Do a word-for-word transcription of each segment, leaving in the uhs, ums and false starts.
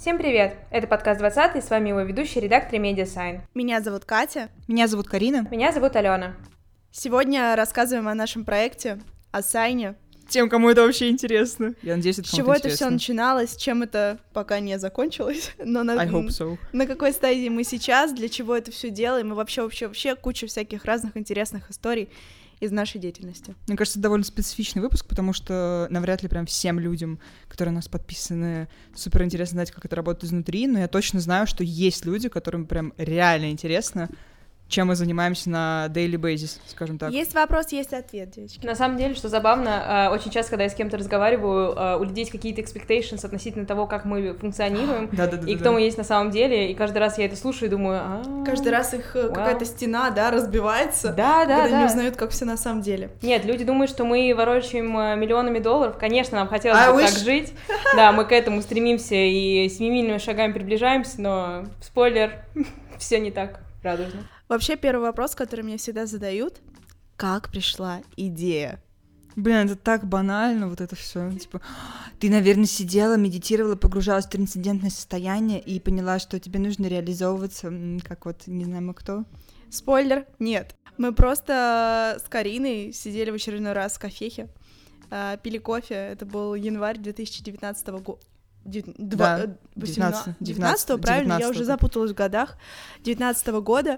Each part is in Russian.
Всем привет! Это подкаст двадцатый, с вами его ведущий, редактор Медиасайн. Меня зовут Катя. Меня зовут Карина. Меня зовут Алена. Сегодня рассказываем о нашем проекте, о Сайне. Тем, кому это вообще интересно. Я надеюсь, это С кому-то чего интересно. это все начиналось, чем это пока не закончилось, но на, I hope so. на какой стадии мы сейчас, для чего это все делаем, и вообще, вообще, вообще куча всяких разных интересных историй из нашей деятельности. Мне кажется, это довольно специфичный выпуск, потому что навряд ли прям всем людям, которые у нас подписаны, супер интересно знать, как это работает изнутри, но я точно знаю, что есть люди, которым прям реально интересно, чем мы занимаемся на daily basis, скажем так. Есть вопрос, есть ответ, девочки. На самом деле, что забавно, очень часто, когда я с кем-то разговариваю, у людей есть какие-то expectations относительно того, как мы функционируем, да, да, да, и да, кто да. мы есть на самом деле, и каждый раз я это слушаю и думаю... А-а-а, каждый раз их вау. Какая-то стена, да, разбивается, да, да, когда да. не узнают, как все на самом деле. Нет, люди думают, что мы ворочаем миллионами долларов. Конечно, нам хотелось I бы wish. так жить. Да, мы к этому стремимся и семимильными шагами приближаемся, но, спойлер, все не так радужно. Вообще, первый вопрос, который мне всегда задают: как пришла идея? Блин, это так банально, вот это все. Типа, ты, наверное, сидела, медитировала, погружалась в трансцендентное состояние и поняла, что тебе нужно реализовываться, как вот, не знаю, мы кто. Спойлер, нет. Мы просто с Кариной сидели в очередной раз в кафехе, пили кофе. Это был январь две тысячи девятнадцатого года. Да, девятнадцатого, правильно? Я уже запуталась в годах. девятнадцатого года.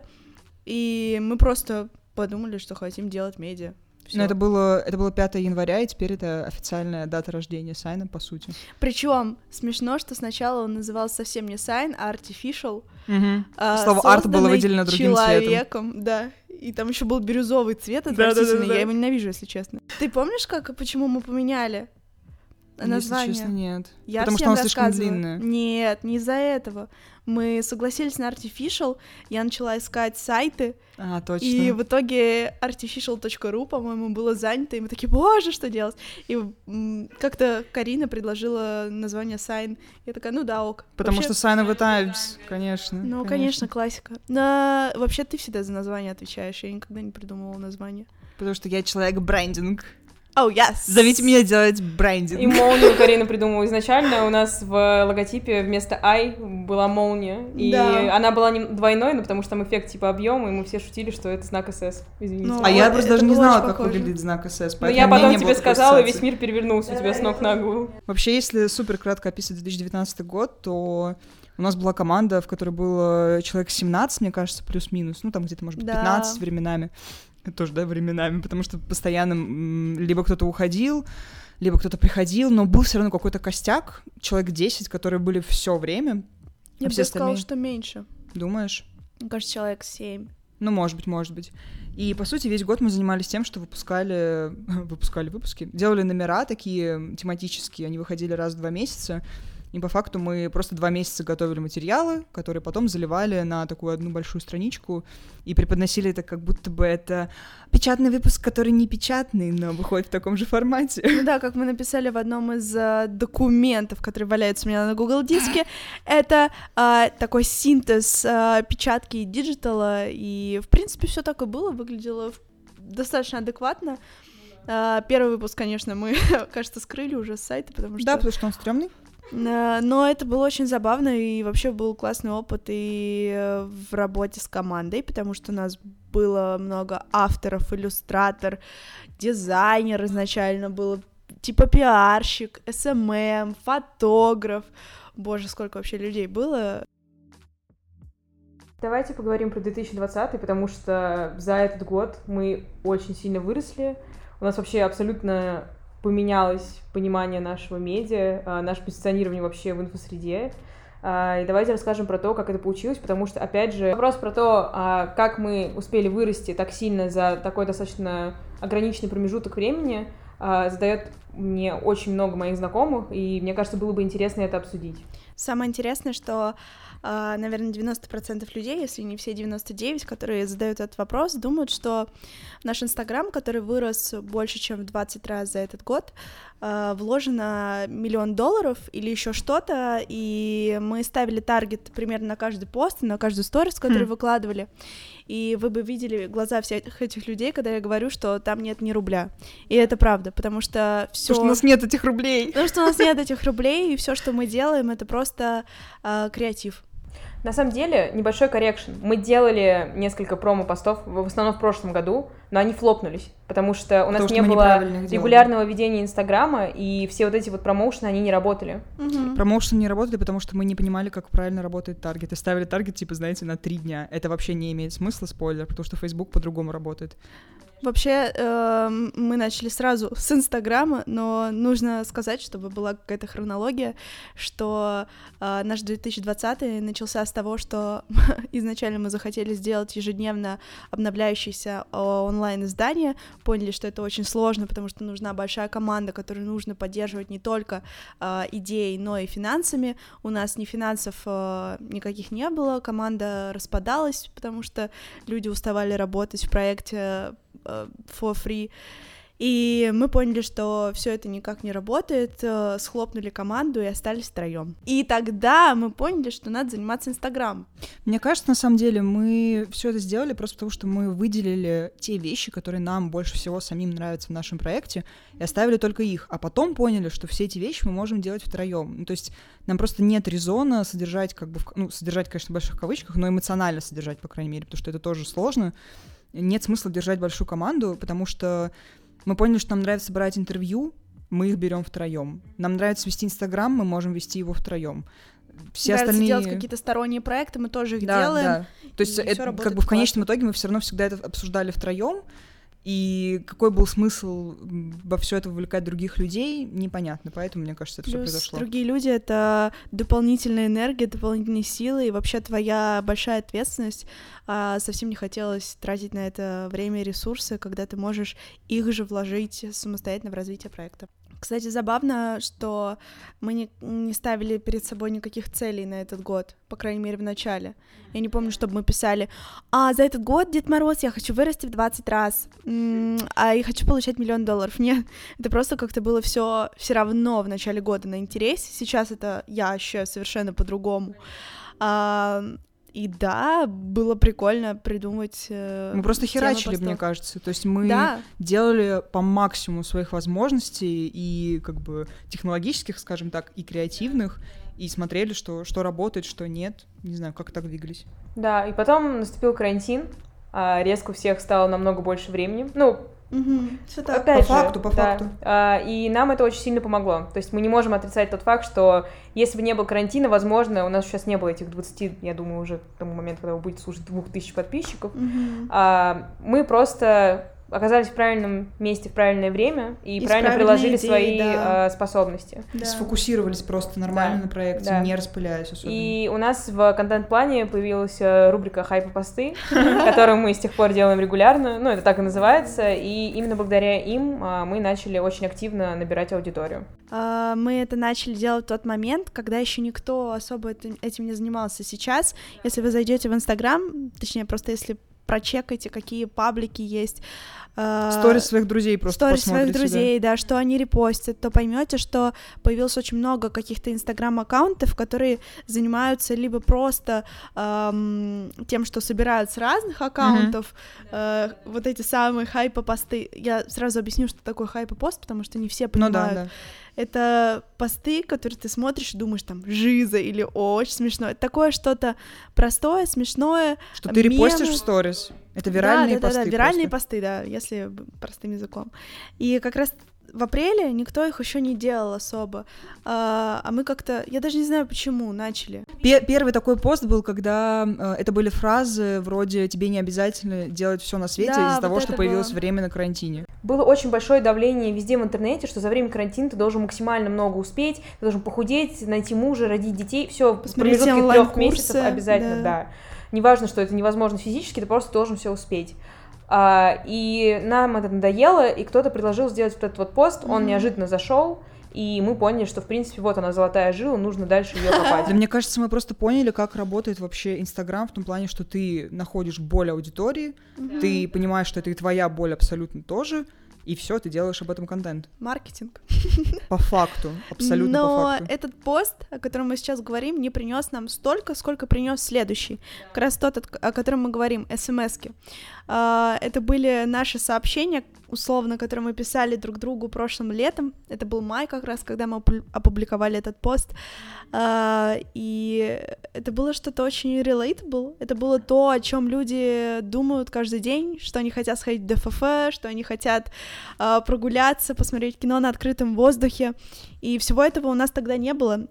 И мы просто подумали, что хотим делать медиа. Но это было, это было пятого января, и теперь это официальная дата рождения Сайна, по сути. Причем смешно, что сначала он назывался совсем не Сайн, а Artificial. Угу. А, Слово арт было выделено другим человеком, цветом. Да. И там еще был бирюзовый цвет отвратительный. Да, да, да, да. Я его ненавижу, если честно. Ты помнишь, как и почему мы поменяли название? Если честно, нет. Я Потому что оно слишком длинное. Нет, не из-за этого. Мы согласились на Artificial, я начала искать сайты, а, точно. и в итоге artificial точка ру, по-моему, было занято, и мы такие, боже, что делать? И м- как-то Карина предложила название Сайн, я такая, ну да, ок. Потому вообще... что Sign of the Times, конечно. Ну, конечно, конечно классика. Но вообще ты всегда за название отвечаешь, я никогда не придумывала название. Потому что я человек-брендинг. Oh, yes. Зовите меня делать брендинг. И молнию Карина придумала изначально. У нас в логотипе вместо I была молния. И да. она была не двойной, но потому что там эффект типа объема, и мы все шутили, что это знак эс эс. Извините. Ну, а я просто даже не знала, как похоже. выглядит знак эс эс. Но я потом тебе сказала, и весь мир перевернулся у тебя с ног на голову. Вообще, если супер кратко описывать две тысячи девятнадцатый год, то у нас была команда, в которой было человек семнадцать, мне кажется, плюс-минус. Ну, там где-то, может быть, пятнадцать да. временами. Тоже, да, временами, потому что постоянно м, либо кто-то уходил, либо кто-то приходил, но был все равно какой-то костяк, человек десять, которые были все время. Я а бы все сказала, остальные... что меньше. Думаешь? Мне кажется, человек семь. Ну, может быть, может быть. И, по сути, весь год мы занимались тем, что выпускали, выпускали выпуски, делали номера такие тематические, они выходили раз в два месяца, и по факту мы просто два месяца готовили материалы, которые потом заливали на такую одну большую страничку и преподносили это, как будто бы это печатный выпуск, который не печатный, но выходит в таком же формате. Ну да, как мы написали в одном из uh, документов, которые валяются у меня на Google диске, это uh, такой синтез uh, печатки и диджитала, и в принципе все так и было, выглядело достаточно адекватно. Uh, первый выпуск, конечно, мы, кажется, скрыли уже с сайта, потому что... Да, потому что он стрёмный. Но это было очень забавно, и вообще был классный опыт и в работе с командой, потому что у нас было много авторов, иллюстратор, дизайнер изначально был, типа пиарщик, эс эм эм, фотограф. Боже, сколько вообще людей было. Давайте поговорим про две тысячи двадцатый, потому что за этот год мы очень сильно выросли. У нас вообще абсолютно... поменялось понимание нашего медиа, наше позиционирование вообще в инфосреде. И давайте расскажем про то, как это получилось, потому что, опять же, вопрос про то, как мы успели вырасти так сильно за такой достаточно ограниченный промежуток времени, задает мне очень много моих знакомых, и мне кажется, было бы интересно это обсудить. Самое интересное, что, наверное, девяносто процентов людей, если не все девяносто девять процентов, которые задают этот вопрос, думают, что наш Инстаграм, который вырос больше, чем в двадцать раз за этот год, вложено миллион долларов или еще что-то, и мы ставили таргет примерно на каждый пост, на каждую сторис, которую mm. выкладывали. и вы бы видели глаза всех этих людей, когда я говорю, что там нет ни рубля. И это правда, потому что все. Потому что у нас нет этих рублей. Потому что у нас нет этих рублей, и все, что мы делаем, это просто э, креатив. На самом деле, небольшой коррекшн. Мы делали несколько промо-постов, в основном в прошлом году, но они флопнулись, потому что у нас потому не было регулярного ведения Инстаграма, и все вот эти вот промоушены, они не работали. Угу. Промоушены не работали, потому что мы не понимали, как правильно работает таргет, и ставили таргет, типа, знаете, на три дня. Это вообще не имеет смысла, спойлер, потому что Facebook по-другому работает. Вообще, э, мы начали сразу с Инстаграма, но нужно сказать, чтобы была какая-то хронология, что э, наш две тысячи двадцатый начался с того, что изначально мы захотели сделать ежедневно обновляющееся онлайн-издание, поняли, что это очень сложно, потому что нужна большая команда, которую нужно поддерживать не только э, идеей, но и финансами. У нас ни финансов э, никаких не было, команда распадалась, потому что люди уставали работать в проекте for free, и мы поняли, что все это никак не работает, схлопнули команду и остались втроем. И тогда мы поняли, что надо заниматься Инстаграмом. Мне кажется, на самом деле, мы все это сделали просто потому, что мы выделили те вещи, которые нам больше всего самим нравятся в нашем проекте, и оставили только их, а потом поняли, что все эти вещи мы можем делать втроем. Ну, то есть нам просто нет резона содержать, как бы, в, ну, содержать, конечно, в больших кавычках, но эмоционально содержать, по крайней мере, потому что это тоже сложно. Нет смысла держать большую команду, потому что мы поняли, что нам нравится брать интервью, мы их берем втроем. Нам нравится вести Инстаграм, мы можем вести его втроем. Все нравится остальные... делать какие-то сторонние проекты, мы тоже их да, делаем. Да. То есть это, как бы в конечном итоге мы все равно всегда это обсуждали втроем. И какой был смысл во все это вовлекать других людей, непонятно, поэтому, мне кажется, это все произошло. Другие люди — это дополнительная энергия, дополнительные силы, и вообще твоя большая ответственность. А совсем не хотелось тратить на это время и ресурсы, когда ты можешь их же вложить самостоятельно в развитие проекта. Кстати, забавно, что мы не, не ставили перед собой никаких целей на этот год, по крайней мере, в начале. Я не помню, чтобы мы писали: а за этот год, Дед Мороз, я хочу вырасти в двадцать раз, м-м, а я хочу получать миллион долларов. Нет, это просто как-то было все все равно в начале года на интересе. Сейчас это я ощущаю совершенно по-другому. А, И да, было прикольно придумать. Э, мы просто херачили, мне кажется. То есть мы да. делали по максимуму своих возможностей и как бы технологических, скажем так, и креативных, и смотрели, что, что работает, что нет. Не знаю, как так двигались. Да, и потом наступил карантин, а резко у всех стало намного больше времени. Ну, угу. Опять по же, факту, по да. факту. А, и нам это очень сильно помогло. То есть мы не можем отрицать тот факт, что если бы не было карантина, возможно, у нас сейчас не было этих двадцати, я думаю, уже к тому моменту, когда вы будете слушать, двух тысяч подписчиков. Угу. А, мы просто оказались в правильном месте в правильное время и, и правильно приложили идеи, свои да. а, способности. Да. Сфокусировались просто нормально да. на проекте, да. не распыляясь особенно. И у нас в контент-плане появилась рубрика «Хайпы-посты», которую мы с тех пор делаем регулярно, ну, это так и называется, и именно благодаря им мы начали очень активно набирать аудиторию. Мы это начали делать в тот момент, когда еще никто особо этим не занимался. Сейчас, если вы зайдете в Инстаграм, точнее, просто если прочекайте, какие паблики есть. Сторис своих друзей просто Сторис посмотрите. своих друзей, да. да, что они репостят, то поймете, что появилось очень много каких-то инстаграм-аккаунтов, которые занимаются либо просто эм, тем, что собирают с разных аккаунтов mm-hmm. э, вот эти самые хайпо-посты. Я сразу объясню, что такое хайпо-пост, потому что не все понимают. Ну, да, да. Это посты, которые ты смотришь и думаешь, там, жиза или очень смешно. Это такое что-то простое, смешное. Что ты мемы. репостишь в сторис. Это виральные да, да, посты. Да, да, виральные просто. посты, да, если простым языком. И как раз в апреле никто их еще не делал особо. А, а мы как-то, я даже не знаю, почему, начали. Первый такой пост был, когда э, это были фразы вроде «тебе не обязательно делать все на свете» да, из-за вот того, что появилось было. время на карантине. Было очень большое давление везде в интернете, что за время карантина ты должен максимально много успеть, ты должен похудеть, найти мужа, родить детей, все в промежутке трех месяцев обязательно, да. да. Неважно, что это невозможно физически, ты просто должен все успеть. А, и нам это надоело, и кто-то предложил сделать вот этот вот пост, он mm-hmm. неожиданно зашел, и мы поняли, что, в принципе, вот она, золотая жила, нужно дальше ее копать. Да, мне кажется, мы просто поняли, как работает вообще Инстаграм в том плане, что ты находишь боль аудитории, mm-hmm. ты понимаешь, что это и твоя боль абсолютно тоже, и все, ты делаешь об этом контент. Маркетинг. По факту, абсолютно Но по факту. Но этот пост, о котором мы сейчас говорим, не принес нам столько, сколько принес следующий. Как раз тот, о котором мы говорим, эс-эм-эски. Это были наши сообщения, условно, которые мы писали друг другу прошлым летом. Это был май как раз, когда мы опубликовали этот пост. И это было что-то очень relatable. Это было то, о чем люди думают каждый день, что они хотят сходить в дэ эф эф, что они хотят прогуляться, посмотреть кино на открытом воздухе. И всего этого у нас тогда не было.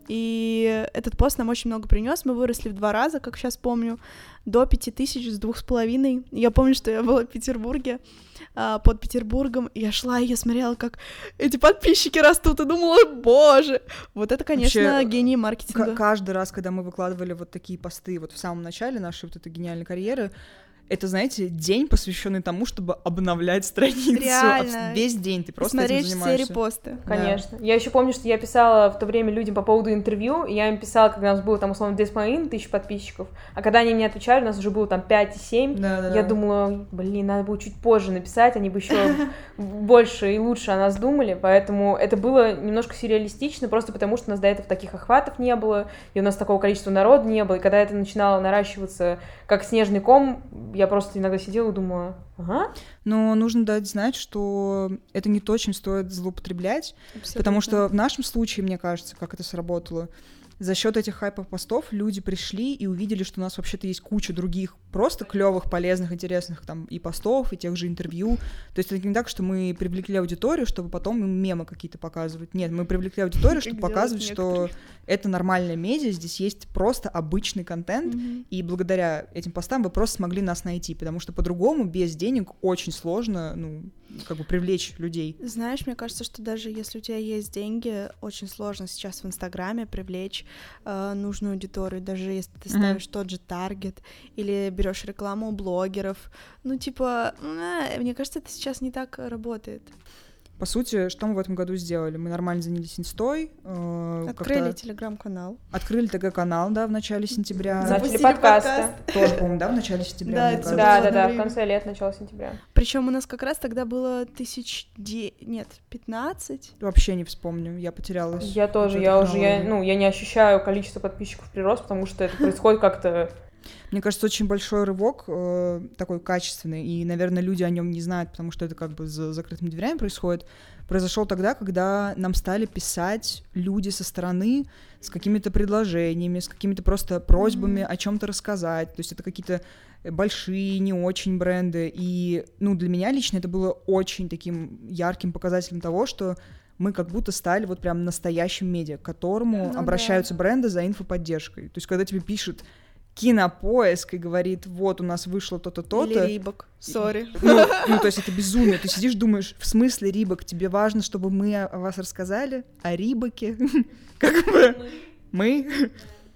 И этот пост нам очень много принес. Мы выросли в два раза, как сейчас помню, до пяти тысяч с двух с половиной. Я помню, что я была в Петербурге, под Петербургом, и я шла, и я смотрела, как эти подписчики растут, и думала, боже, вот это, конечно, вообще, гений маркетинга. К- каждый раз, когда мы выкладывали вот такие посты вот в самом начале нашей вот этой гениальной карьеры, это, знаете, день, посвященный тому, чтобы обновлять страницу. Реально. Весь день ты просто смотреть этим занимаешься. Все репосты. Конечно. Да. Я еще помню, что я писала в то время людям по поводу интервью, и я им писала, когда у нас было там, условно, две с половиной тысячи подписчиков, а когда они мне отвечали, у нас уже было там пять и семь, да, да, я да. думала, блин, надо было чуть позже написать, они бы еще больше и лучше о нас думали, поэтому это было немножко сюрреалистично, просто потому что у нас до этого таких охватов не было, и у нас такого количества народа не было, и когда это начинало наращиваться как снежный ком, я просто иногда сидела и думала, ага. Но нужно дать знать, что это не то, чем стоит злоупотреблять, абсолютно. Потому что в нашем случае, мне кажется, как это сработало, за счет этих хайповых постов люди пришли и увидели, что у нас вообще-то есть куча других просто клевых, полезных, интересных там и постов, и тех же интервью. То есть это не так, что мы привлекли аудиторию, чтобы потом им мемы какие-то показывать. Нет, мы привлекли аудиторию, чтобы показывать, что это нормальная медиа, здесь есть просто обычный контент, mm-hmm. и благодаря этим постам вы просто смогли нас найти, потому что по-другому без денег очень сложно, ну, как бы привлечь людей. Знаешь, мне кажется, что даже если у тебя есть деньги, очень сложно сейчас в Инстаграме привлечь э, нужную аудиторию, даже если ты ставишь mm-hmm. тот же таргет или берешь рекламу у блогеров. Ну, типа, э, мне кажется, это сейчас не так работает. По сути, что мы в этом году сделали? Мы нормально занялись инстой. Э, Открыли телеграм-канал. Открыли ТГ-канал, да, в начале сентября. Запустили подкасты. Тоже, по-моему, да, в начале сентября. Да, да, да, да, в конце лет, начало сентября. Причем у нас как раз тогда было тысяч... Де... Нет, пятнадцать. Вообще не вспомню, я потерялась. Я тоже, я уже, я, ну, я не ощущаю количество подписчиков прирост, потому что это происходит как-то... Мне кажется, очень большой рывок, э, такой качественный, и, наверное, люди о нем не знают, потому что это как бы за закрытыми дверями происходит, произошел тогда, когда нам стали писать люди со стороны с какими-то предложениями, с какими-то просто просьбами mm-hmm. о чем-то рассказать. То есть это какие-то большие, не очень бренды. И, ну, для меня лично это было очень таким ярким показателем того, что мы как будто стали вот прям настоящим медиа, к которому ну, обращаются да. бренды за инфоподдержкой. То есть когда тебе пишут Кинопоиск и говорит, вот у нас вышло то-то, то-то. Или Рибок, сори. Ну, ну, то есть это безумие. Ты сидишь, думаешь, в смысле Рибок? Тебе важно, чтобы мы о вас рассказали? О Рибоке? Как бы мы...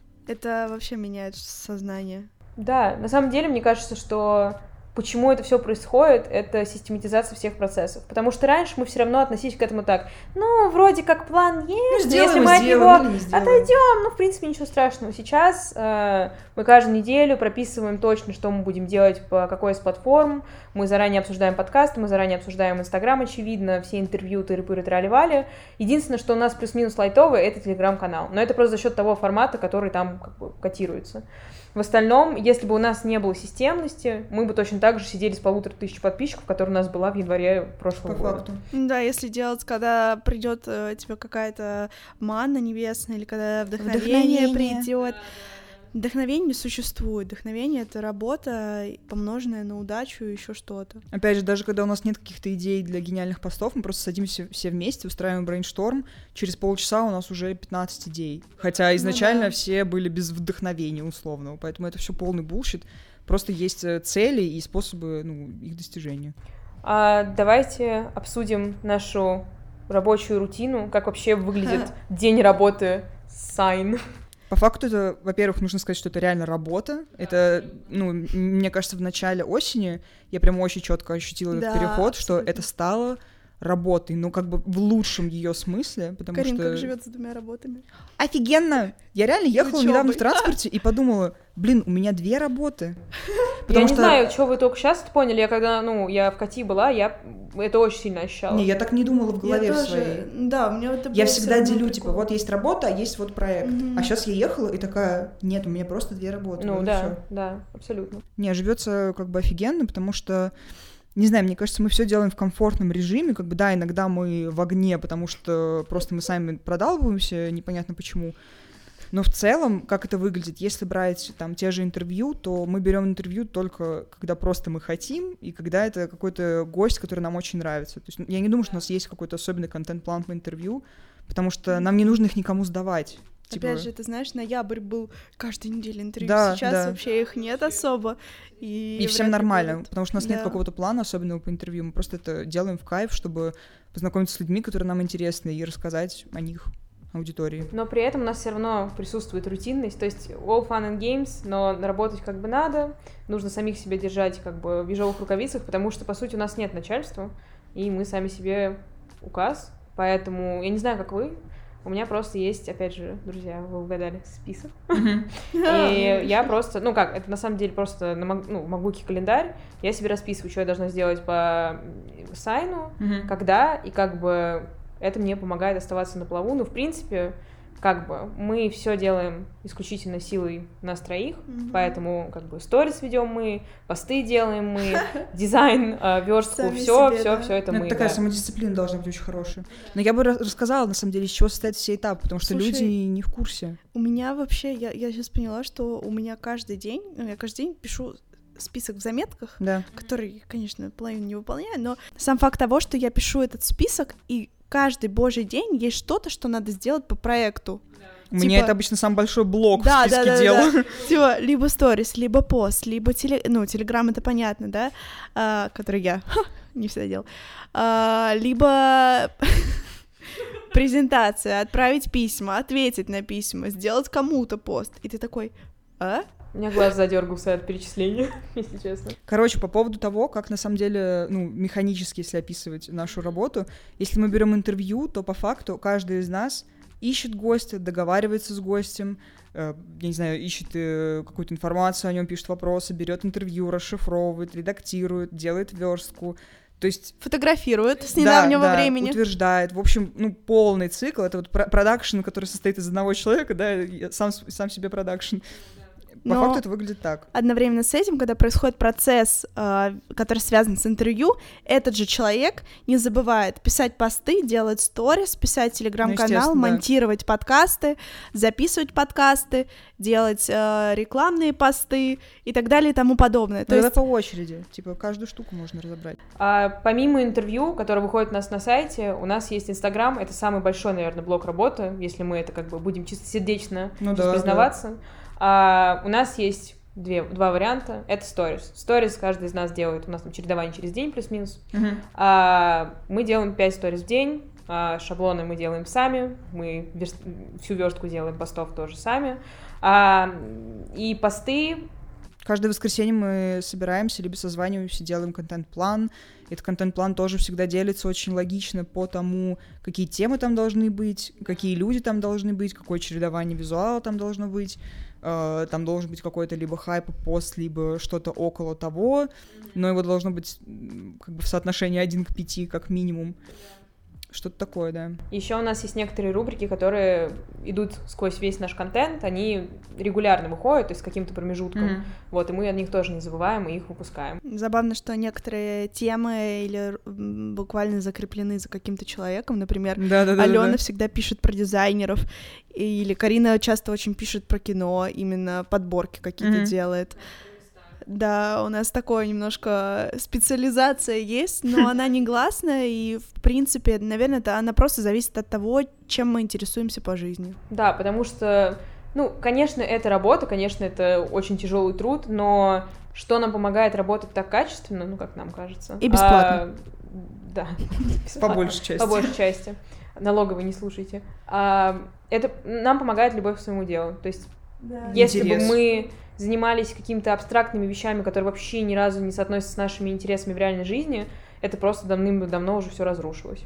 Это вообще меняет сознание. Да, на самом деле, мне кажется, что... Почему это все происходит, это систематизация всех процессов. Потому что раньше мы все равно относились к этому так, ну, вроде как план есть, ну, сделаем, если мы от него отойдем, ну, в принципе, ничего страшного. Сейчас э, мы каждую неделю прописываем точно, что мы будем делать по какой из платформ, мы заранее обсуждаем подкасты, мы заранее обсуждаем Инстаграм, очевидно, все интервью, тыры-пыры, трали-вали. Единственное, что у нас плюс-минус лайтовый, это Телеграм-канал. Но это просто за счет того формата, который там как бы котируется. В остальном, если бы у нас не было системности, мы бы точно так же сидели с полутора тысяч подписчиков, которая у нас была в январе прошлого По года. факту. Да, если делать, когда придет э, тебе какая-то манна небесная, или когда вдохновение, вдохновение. придет. Вдохновение не существует. Вдохновение — это работа, помноженная на удачу и еще что-то. Опять же, даже когда у нас нет каких-то идей для гениальных постов, мы просто садимся все вместе, устраиваем брейншторм, через полчаса у нас уже пятнадцать идей. Хотя изначально ну, да. все были без вдохновения условного, поэтому это все полный булшит. Просто есть цели и способы, ну, их достижения. А давайте обсудим нашу рабочую рутину, как вообще выглядит день работы Сайн. По факту это, во-первых, нужно сказать, что это реально работа. Это, ну, мне кажется, в начале осени я прям очень четко ощутила да, этот переход, абсолютно. Что это стало работой, но как бы в лучшем ее смысле, потому Карин, что... как живет с двумя работами? Офигенно! Я реально ехала Учёбой. недавно в транспорте и подумала, блин, у меня две работы. Я не знаю, что вы только сейчас это поняли. Я когда, ну, я в КАТИ была, я это очень сильно ощущала. Не, я так не думала в голове Я в тоже, своей. да, у меня это Я было всегда всё равно делю, прикол. типа, вот есть работа, а есть вот проект. Мгм. А сейчас я ехала и такая, нет, у меня просто две работы. Ну вот и да, всё. да, абсолютно. Не, живется как бы офигенно, потому что, не знаю, мне кажется, мы все делаем в комфортном режиме, как бы, да, иногда мы в огне, потому что просто мы сами продалбываемся, непонятно почему. Но в целом, как это выглядит, если брать там те же интервью, то мы берем интервью только когда просто мы хотим, и когда это какой-то гость, который нам очень нравится. То есть я не думаю, что у нас есть какой-то особенный контент-план по интервью, потому что нам не нужно их никому сдавать. Типа... Опять же, ты знаешь, ноябрь был каждую неделю интервью, Да, сейчас да. вообще их нет особо. И, И всем вряд ли нормально, будут. потому что у нас нет Да. какого-то плана особенного по интервью, мы просто это делаем в кайф, чтобы познакомиться с людьми, которые нам интересны, и рассказать о них аудитории. Но при этом у нас все равно присутствует рутинность, то есть all fun and games, но работать как бы надо, нужно самих себя держать как бы в ежовых рукавицах, потому что, по сути, у нас нет начальства, и мы сами себе указ, поэтому, я не знаю, как вы, у меня просто есть, опять же, друзья, вы угадали, список, и я просто, ну как, это на самом деле просто на мак- ну, в макбуке календарь, я себе расписываю, что я должна сделать по сайну, когда, и как бы это мне помогает оставаться на плаву. Ну, в принципе, как бы мы все делаем исключительно силой нас троих, Мгм. поэтому как бы сторис ведем мы, посты делаем мы, дизайн, э, верстку, Сами все, себе, все, да. все это Ну, мы. это такая да. самодисциплина должна быть очень хорошая. Но я бы рас- рассказала, на самом деле, из чего состоит все этапы, потому что Слушай, люди не в курсе. У меня вообще, я, я сейчас поняла, что у меня каждый день, ну, я каждый день пишу список в заметках, Да. который, конечно, половину не выполняю, но сам факт того, что я пишу этот список, и каждый божий день есть что-то, что надо сделать по проекту. У меня Типа- это обычно самый большой блок Да, в списке да, да, дел. да. Типа, либо сторис, либо пост, либо теле... Ну, телеграм, это понятно, да, а, который я ха, не всегда делал. А, либо презентация, отправить письма, ответить на письма, сделать кому-то пост. И ты такой, а? У меня глаз задергался от перечисления, если честно. Короче, по поводу того, как на самом деле, ну, механически, если описывать нашу работу, если мы берем интервью, то по факту каждый из нас ищет гостя, договаривается с гостем, э, я не знаю, ищет э, какую-то информацию о нем, пишет вопросы, берет интервью, расшифровывает, редактирует, делает верстку. То есть Фотографирует с да, недавнего да, времени. утверждает. В общем, ну, полный цикл. Это вот про- продакшн, который состоит из одного человека, да, и сам, с- сам себе продакшн. По Но- факту это выглядит так. Одновременно с этим, когда происходит процесс, э, который связан с интервью, этот же человек не забывает писать посты, делать сторис, писать Ну, телеграм-канал, естественно, да. монтировать подкасты, записывать подкасты, делать э, рекламные посты и так далее и тому подобное. Но То это есть по очереди. Типа, каждую штуку можно разобрать. А помимо интервью, которое выходит у нас на сайте, у нас есть Инстаграм, это самый большой, наверное, блок работы, если мы это как бы будем чисто сердечно Ну сейчас да, признаваться. А, у нас есть две, два варианта. Это сторис. Сторис каждый из нас делает. У нас там чередование через день плюс-минус. А, мы делаем пять сторис в день. А, шаблоны мы делаем сами. Мы верст... всю верстку делаем постов тоже сами. А, и посты... Каждое воскресенье мы собираемся, либо созваниваемся, делаем контент-план. Этот контент-план тоже всегда делится очень логично по тому, какие темы там должны быть, какие люди там должны быть, какое чередование визуала там должно быть. Э, Там должен быть какой-то либо хайп, пост, либо что-то около того, но его должно быть м, как бы в соотношении один к пяти как минимум. Что-то такое, да. Еще у нас есть некоторые рубрики, которые идут сквозь весь наш контент, они регулярно выходят, то есть с каким-то промежутком. Мгм. Вот, и мы о них тоже не забываем и их выпускаем. забавно, что некоторые темы или м, буквально закреплены за каким-то человеком. Например, Да-да-да. Алена всегда пишет про дизайнеров, или Карина часто очень пишет про кино, именно подборки какие-то Мгм. делает. Да, у нас такое немножко специализация есть, но она негласная, и, в принципе, наверное, это она просто зависит от того, чем мы интересуемся по жизни. Да, потому что, ну, конечно, это работа, конечно, это очень тяжелый труд, но что нам помогает работать так качественно, ну, как нам кажется. И бесплатно. А, да, бесплатно. По большей части. По большей части. Налоговый не слушайте. А, это нам помогает любовь к своему делу. То есть, если Интерес. бы мы занимались какими-то абстрактными вещами, которые вообще ни разу не соотносятся с нашими интересами в реальной жизни, это просто давным-давно уже все разрушилось.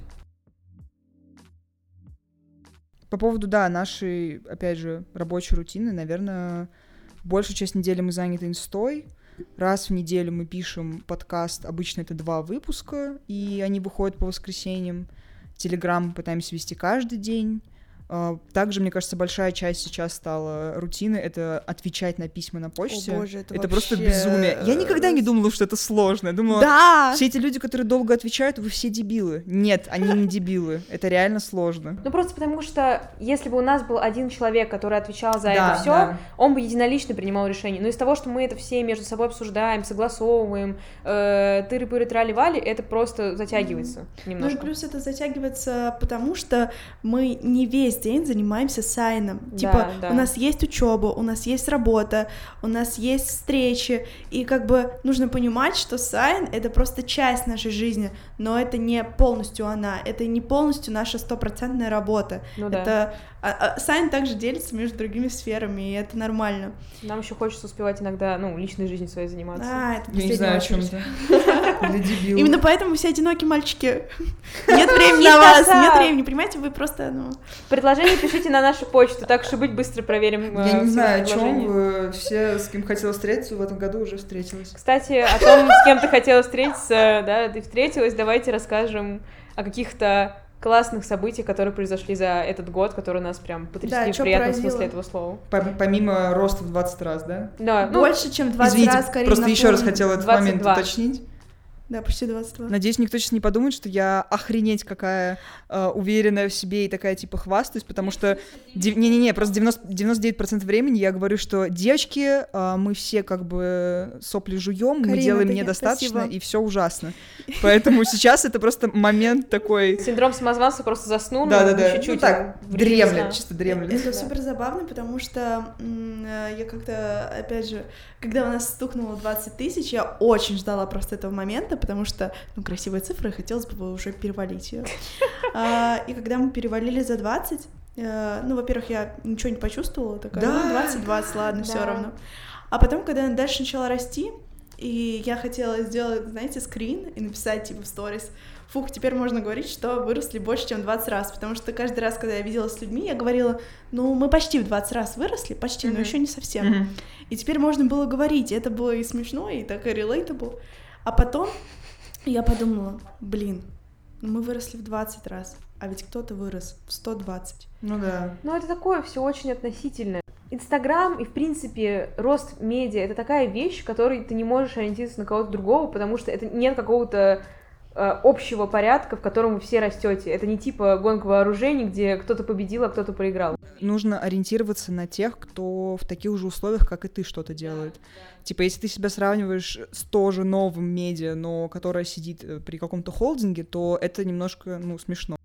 По поводу, да, нашей, опять же, рабочей рутины, наверное, большую часть недели мы заняты инстой. Раз в неделю мы пишем подкаст, обычно это два выпуска, и они выходят по воскресеньям. Телеграм мы пытаемся вести каждый день. Также, мне кажется, большая часть сейчас стала рутины — это отвечать на письма на почте. О, боже, это это вообще... просто безумие. Я никогда не думала, что это сложно. Я думала, да! все эти люди, которые долго отвечают, вы все дебилы. Нет, они не дебилы. Это реально сложно. Ну, просто потому что, если бы у нас был один человек, который отвечал за Да, это все, да. он бы единолично принимал решение. Но из того, что мы это все между собой обсуждаем, согласовываем, э, тыры-пыры, трали-вали, это просто затягивается Ну и немножко. плюс это затягивается, потому что мы не весь день занимаемся сайном. Да, Типа, да. у нас есть учеба, у нас есть работа, у нас есть встречи, и как бы нужно понимать, что сайн — это просто часть нашей жизни, но это не полностью она, это не полностью наша стопроцентная работа. Ну да. Это а, а, сайн также делится между другими сферами, и это нормально. Нам еще хочется успевать иногда, ну, личной жизнью своей заниматься. А, это Я не последняя знаю, о чем очередь. ты. Для дебилов. Именно поэтому все одинокие мальчики. Нет времени на вас, нет времени, понимаете, вы просто, ну... Предложение пишите на нашу почту, так что быть быстро проверим. Я не все знаю, о предложения. чем вы. Все, с кем хотела встретиться, в этом году уже встретилась. Кстати, о том, с кем ты хотела встретиться, да, ты встретилась, давайте расскажем о каких-то классных событиях, которые произошли за этот год, которые нас прям потрясли Да, в чё приятном поразило? смысле этого слова. Пом- Помимо роста в двадцать раз, да? Да, ну, Больше, чем двадцать Извините, раз, скорее просто еще раз напомню. хотела этот двадцать момент два. уточнить. Да, почти двадцать два. Надеюсь, никто сейчас не подумает, что я охренеть какая э, уверенная в себе и такая типа хвастаюсь, потому что дев- не-не-не, просто девяносто, девяносто девять процентов времени я говорю, что девочки, э, мы все как бы сопли жуем, мы Карина, делаем это я, недостаточно, спасибо. и все ужасно. Поэтому сейчас это просто момент такой. синдром самозванца просто заснул, Да-да-да, чуть-чуть. ну так, в режиме дремлет, сна. чисто дремлет. Это Да. супер забавно, потому что м, э, я как-то, опять же, когда у нас стукнуло двадцать тысяч, я очень ждала просто этого момента, потому что, ну, красивая цифра, и хотелось бы уже перевалить ее. И когда мы перевалили за двадцать, э, ну, во-первых, я ничего не почувствовала, такая, Да. ну, двадцать двадцать, ладно, все Да. равно. А потом, когда она дальше начала расти, и я хотела сделать, знаете, скрин и написать, типа, в сторис: фух, теперь можно говорить, что выросли больше, чем двадцать раз, потому что каждый раз, когда я виделась с людьми, я говорила: ну, мы почти в двадцать раз выросли, почти, но Мгм. еще не совсем. Мгм. И теперь можно было говорить, и это было и смешно, и так и relatable. А потом я подумала: блин, ну мы выросли в двадцать раз, а ведь кто-то вырос в сто двадцать. Ну да. Ну, это такое все очень относительное. Инстаграм и, в принципе, рост медиа — это такая вещь, в которой ты не можешь ориентироваться на кого-то другого, потому что это нет какого-то э, общего порядка, в котором вы все растете. Это не типа гонка вооружений, где кто-то победил, а кто-то проиграл. Нужно ориентироваться на тех, кто в таких же условиях, как и ты, что-то делает. Типа, если ты себя сравниваешь с тоже новым медиа, но которое сидит э, при каком-то холдинге, то это немножко, ну, смешно.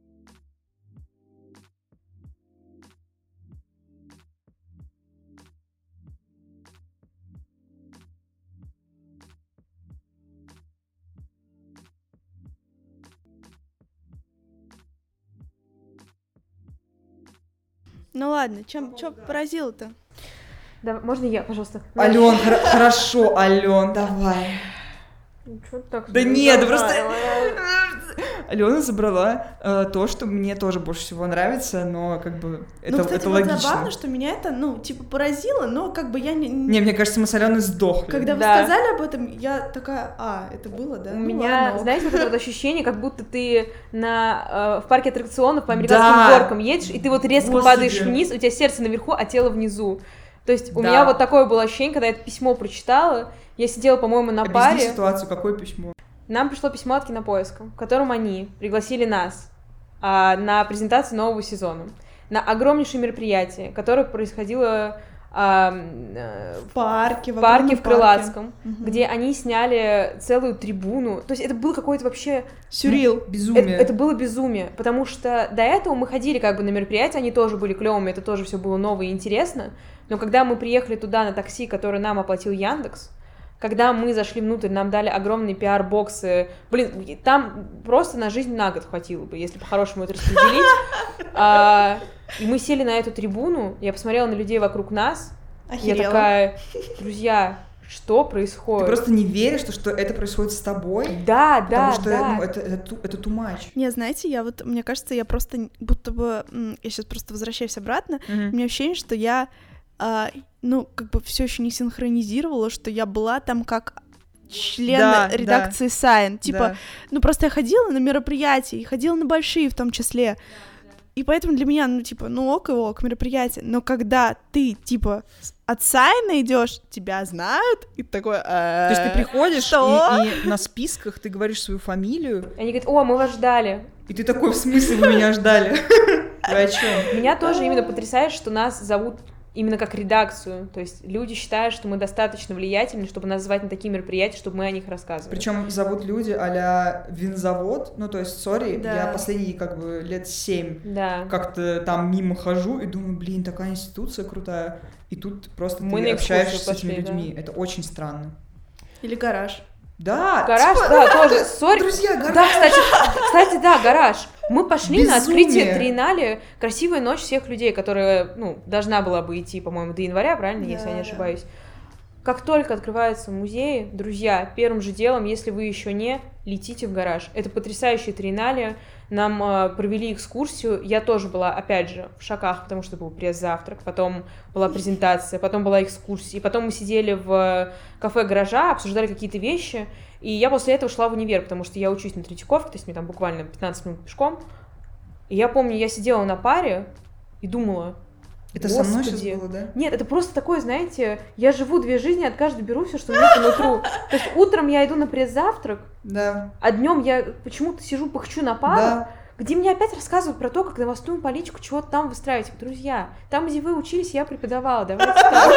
Ну ладно, чем, чё поразило-то? Да, можно я, пожалуйста? Ален, хор- хорошо, Ален, давай. Ну, чё ты так Да нет, давай, просто- давай. Алена забрала э, то, что мне тоже больше всего нравится, но как бы это, ну, кстати, это вот логично. забавно, что меня это, ну, типа, поразило, но как бы я не... Не, мне кажется, мы с Аленой сдохли. Когда вы Да. сказали об этом, я такая: а, это было, да? У Ну меня, ладно, ок. знаете, вот это вот ощущение, как будто ты на, э, в парке аттракционов по американским Да. горкам едешь, и ты вот резко Господи. падаешь вниз, у тебя сердце наверху, а тело внизу. То есть у Да. меня вот такое было ощущение, когда я это письмо прочитала, я сидела, по-моему, на Объясни паре. ситуацию, какое письмо? Нам пришло письмо от Кинопоиска, в котором они пригласили нас а, на презентацию нового сезона, на огромнейшее мероприятие, которое происходило а, э, В парке, в парке в огромном Крылатском, Мгм. где они сняли целую трибуну. То есть это было какое-то вообще... Сюрил. Это, Безумие. это было безумие, потому что до этого мы ходили как бы на мероприятия, они тоже были клевыми, это тоже все было ново и интересно, но когда мы приехали туда на такси, которое нам оплатил Яндекс, когда мы зашли внутрь, нам дали огромные пиар-боксы, блин, там просто на жизнь на год хватило бы, если по-хорошему это распределить. А, и мы сели на эту трибуну, я посмотрела на людей вокруг нас, и я Охерела. такая: друзья, что происходит. Ты просто не веришь, что, что это происходит с тобой. Да, да, потому что, да. ну, это, это, это too much. Не, знаете, я вот, мне кажется, я просто будто бы, я сейчас просто возвращаюсь обратно, Mm-hmm. у меня ощущение, что я, а, ну, как бы все еще не синхронизировала, что я была там как член да, редакции да. Сайн. Типа, да. ну, просто я ходила на мероприятия, и ходила на большие в том числе. И поэтому для меня, ну, типа, ну, ок и ок, мероприятие. Но когда ты, типа, от Сайна идешь, тебя знают, и ты такой... То есть ты приходишь, и, и на списках ты говоришь свою фамилию. И они говорят, о, мы вас ждали. И ты такой, в смысле вы меня ждали? Вы о чем? Меня тоже именно потрясает, что нас зовут именно как редакцию. То есть люди считают, что мы достаточно влиятельны, чтобы нас звать на такие мероприятия, чтобы мы о них рассказывали. Причем зовут люди а-ля винзавод. Ну, то есть, сори, Да. я последние, как бы, лет семь Да. как-то там мимо хожу и думаю, блин, такая институция крутая. И тут просто Мы ты на экскурсию общаешься с этими пошли, людьми. Это очень странно. Или гараж. Да, Гараж, типа, да, тоже. Сори. друзья, гараж. Да, кстати, кстати, да, гараж. Мы пошли на Безумие. открытие триеннале «Красивая ночь всех людей», которая, ну, должна была бы идти, по-моему, до января, правильно, Да, если я не да. ошибаюсь. Как только открываются музеи, друзья, первым же делом, если вы еще не, летите в гараж. Это потрясающее триеннале. Нам э, провели экскурсию. Я тоже была, опять же, в шоках, потому что был пресс-завтрак, потом была презентация, потом была экскурсия, и потом мы сидели в кафе гаража, обсуждали какие-то вещи, и я после этого шла в универ, потому что я учусь на Третьяковке, то есть мне там буквально пятнадцать минут пешком. И я помню, я сидела на паре и думала... Это со мной Господи. сейчас было, да? Нет, это просто такое, знаете, я живу две жизни, от каждой беру все, что мне по нутру. То есть утром я иду на пресс-завтрак, Да. а днем я почему-то сижу, пыхчу на пару, Да. где мне опять рассказывают про то, как новостную политику чего-то там выстраивать. Друзья, там, где вы учились, я преподавала, давайте так.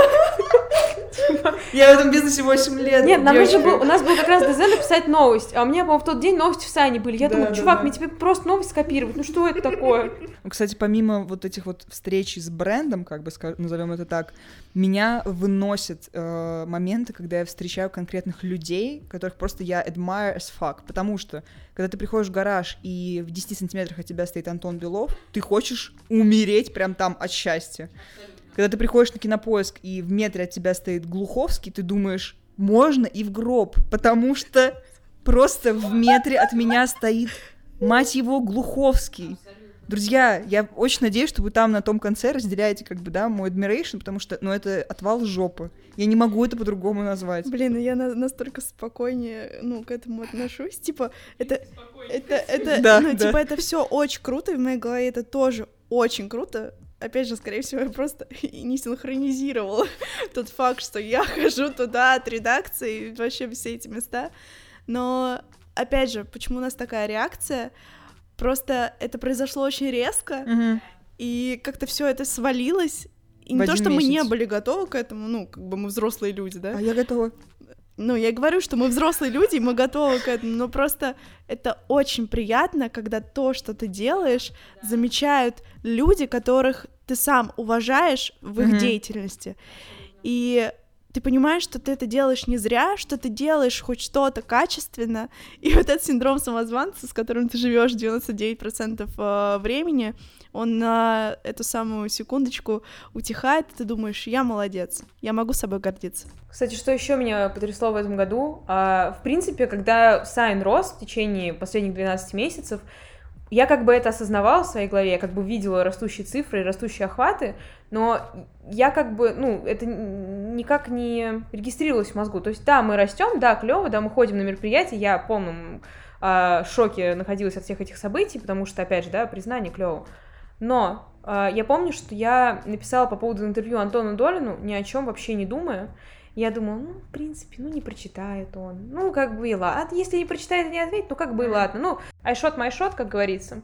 Я в этом бизнесе восемь лет. Нет, нам нужно девочка. было, у нас был как раз ДЗ написать новость, а у меня, по-моему, в тот день новости в Сане были. Я Да, думаю, да, чувак, да. мне тебе просто новость скопировать, ну что это такое? Ну, кстати, помимо вот этих вот встреч с брендом, как бы назовем это так, меня выносят э, моменты, когда я встречаю конкретных людей, которых просто я admire as fuck, потому что когда ты приходишь в гараж и в десяти сантиметрах от тебя стоит Антон Белов, ты хочешь умереть прям там от счастья. Когда ты приходишь на Кинопоиск и в метре от тебя стоит Глуховский, ты думаешь, можно и в гроб, потому что просто в метре от меня стоит, мать его, Глуховский. Друзья, я очень надеюсь, что вы там на том конце разделяете, как бы, да, мой admiration, потому что, ну, это отвал жопы. Я не могу это по-другому назвать. Блин, ну я на- настолько спокойнее, ну, к этому отношусь. Типа, это, это, это, Да, ну, да. типа, это все очень круто, и в моей голове это тоже очень круто. Опять же, скорее всего, я просто и не синхронизировала тот факт, что я хожу туда от редакции, и вообще все эти места. Но, опять же, почему у нас такая реакция? Просто это произошло очень резко, Мгм. и как-то все это свалилось. И В не то, один что мы не месяц. были готовы к этому, ну, как бы мы взрослые люди, да? А я готова. Ну, я и говорю, что мы взрослые люди, и мы готовы к этому, но просто это очень приятно, когда то, что ты делаешь, замечают люди, которых ты сам уважаешь в их Мгм. деятельности. И ты понимаешь, что ты это делаешь не зря, что ты делаешь хоть что-то качественно, и вот этот синдром самозванца, с которым ты живешь девяносто девять процентов э, времени, он на эту самую секундочку утихает, и ты думаешь, я молодец, я могу собой гордиться. Кстати, что еще меня потрясло в этом году? А, в принципе, когда Сайн рос в течение последних двенадцати месяцев, я как бы это осознавала в своей голове, я как бы видела растущие цифры, растущие охваты, но я как бы, ну, это никак не регистрировалось в мозгу. То есть, да, мы растем, да, клево, да, мы ходим на мероприятия, я в полном а, шоке находилась от всех этих событий, потому что, опять же, да, признание клево. Но а, я помню, что я написала по поводу интервью Антону Долину, ни о чем вообще не думая. Я думала, ну, в принципе, ну, не прочитает он. Ну, как бы и ладно. Если не прочитает и не ответит, ну, как бы и ладно. Ну, I shot my shot, как говорится.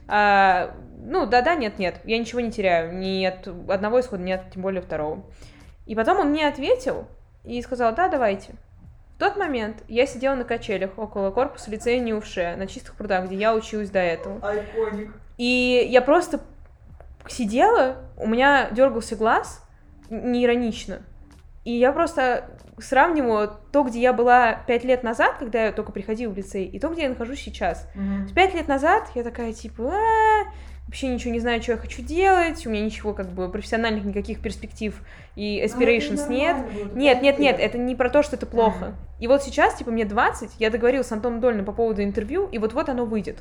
А, ну, да-да, нет-нет, я ничего не теряю. Ни от одного исхода, ни от тем более второго. И потом он мне ответил и сказал, да, давайте. В тот момент я сидела на качелях около корпуса лицея Нювше на Чистых прудах, где я училась до этого. Айконик. И я просто сидела, у меня дергался глаз, не иронично. И я просто сравниваю то, где я была пять лет назад, когда я только приходила в лицей, и то, где я нахожусь сейчас. Mm-hmm. Пять лет назад я такая, типа, а-а-а, вообще ничего не знаю, что я хочу делать, у меня ничего, как бы, профессиональных никаких перспектив и aspirations нет. Нет, нет, нет, это не про то, что это плохо. Mm-hmm. И вот сейчас, типа, мне двадцать, я договорилась с Антоном Долиным по поводу интервью, и вот-вот оно выйдет.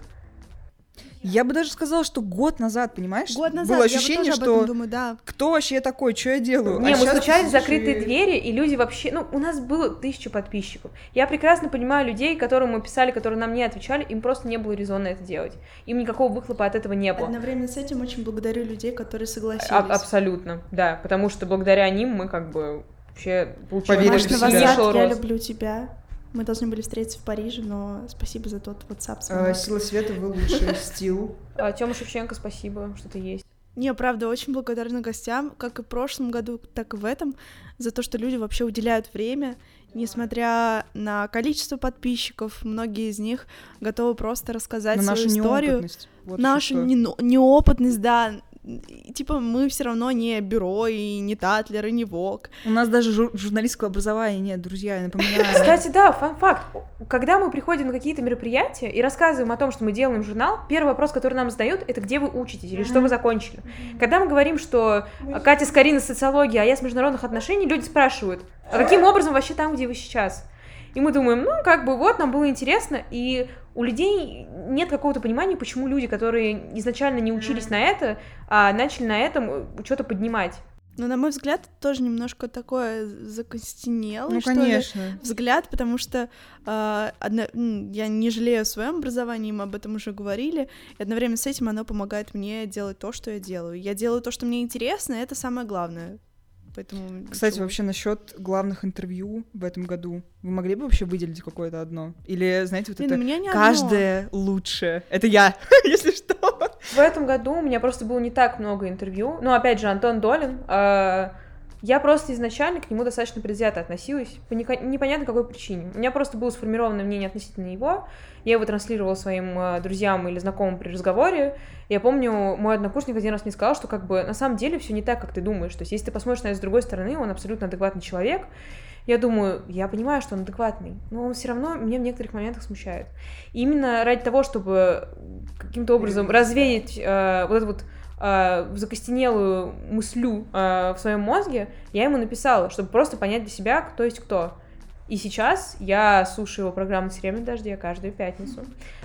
Я бы даже сказала, что год назад, понимаешь? Год назад, было ощущение, я вот тоже что об этом думаю, да. Кто вообще я такой, что я делаю? Не, а мы стучались в сидишь закрытые и... двери, и люди вообще... Ну, у нас было тысяча подписчиков. Я прекрасно понимаю людей, которым мы писали, которые нам не отвечали, им просто не было резона это делать. Им никакого выхлопа от этого не было. Одновременно с этим очень благодарю людей, которые согласились. А- абсолютно, да, потому что благодаря ним мы как бы вообще получили... Маш Новосад, я люблю тебя. Мы должны были встретиться в Париже, но спасибо за тот WhatsApp. А, Сила света, вы лучший стил. А, Тёма Шевченко, спасибо, что ты есть. Не, правда, очень благодарна гостям, как и в прошлом году, так и в этом, за то, что люди вообще уделяют время, несмотря на количество подписчиков, многие из них готовы просто рассказать на свою нашу историю. Неопытность. Вот нашу не, неопытность, да. Типа, мы все равно не бюро, и не Татлер, и не Вог. У нас даже жур- журналистского образования нет, друзья, я напоминаю. Кстати, да, фан-факт. Когда мы приходим на какие-то мероприятия и рассказываем о том, что мы делаем журнал, первый вопрос, который нам задают, это где вы учитесь или что вы закончили. Когда мы говорим, что Катя с Кариной социология, а я с международных отношений, люди спрашивают, а каким образом вообще там, где вы сейчас? И мы думаем, ну, как бы вот, нам было интересно, и у людей нет какого-то понимания, почему люди, которые изначально не учились на это, а начали на этом что-то поднимать. Ну, на мой взгляд, это тоже немножко такое закостенелое, ну, что конечно. ли, взгляд, потому что э, одно, я не жалею о своем образовании, мы об этом уже говорили, и одновременно с этим оно помогает мне делать то, что я делаю. Я делаю то, что мне интересно, и это самое главное. Поэтому... Кстати, ничего. вообще насчет главных интервью в этом году, вы могли бы вообще выделить какое-то одно? Или, знаете, вот Блин, это у меня не каждое одно. лучше? Это я, если что. В этом году у меня просто было не так много интервью. Ну, опять же, Антон Долин. Э, я просто изначально к нему достаточно предвзято относилась, по непонятно какой причине. У меня просто было сформированное мнение относительно его. Я его транслировала своим э, друзьям или знакомым при разговоре. Я помню, мой однокурсник один раз мне сказал, что как бы на самом деле все не так, как ты думаешь. То есть, если ты посмотришь на это с другой стороны, он абсолютно адекватный человек. Я думаю, я понимаю, что он адекватный, но он все равно меня в некоторых моментах смущает. И именно ради того, чтобы каким-то образом развеять э, вот эту вот э, закостенелую мыслю э, в своем мозге, я ему написала, чтобы просто понять для себя, кто есть кто. И сейчас я слушаю его программу «Серебряные дожди» каждую пятницу.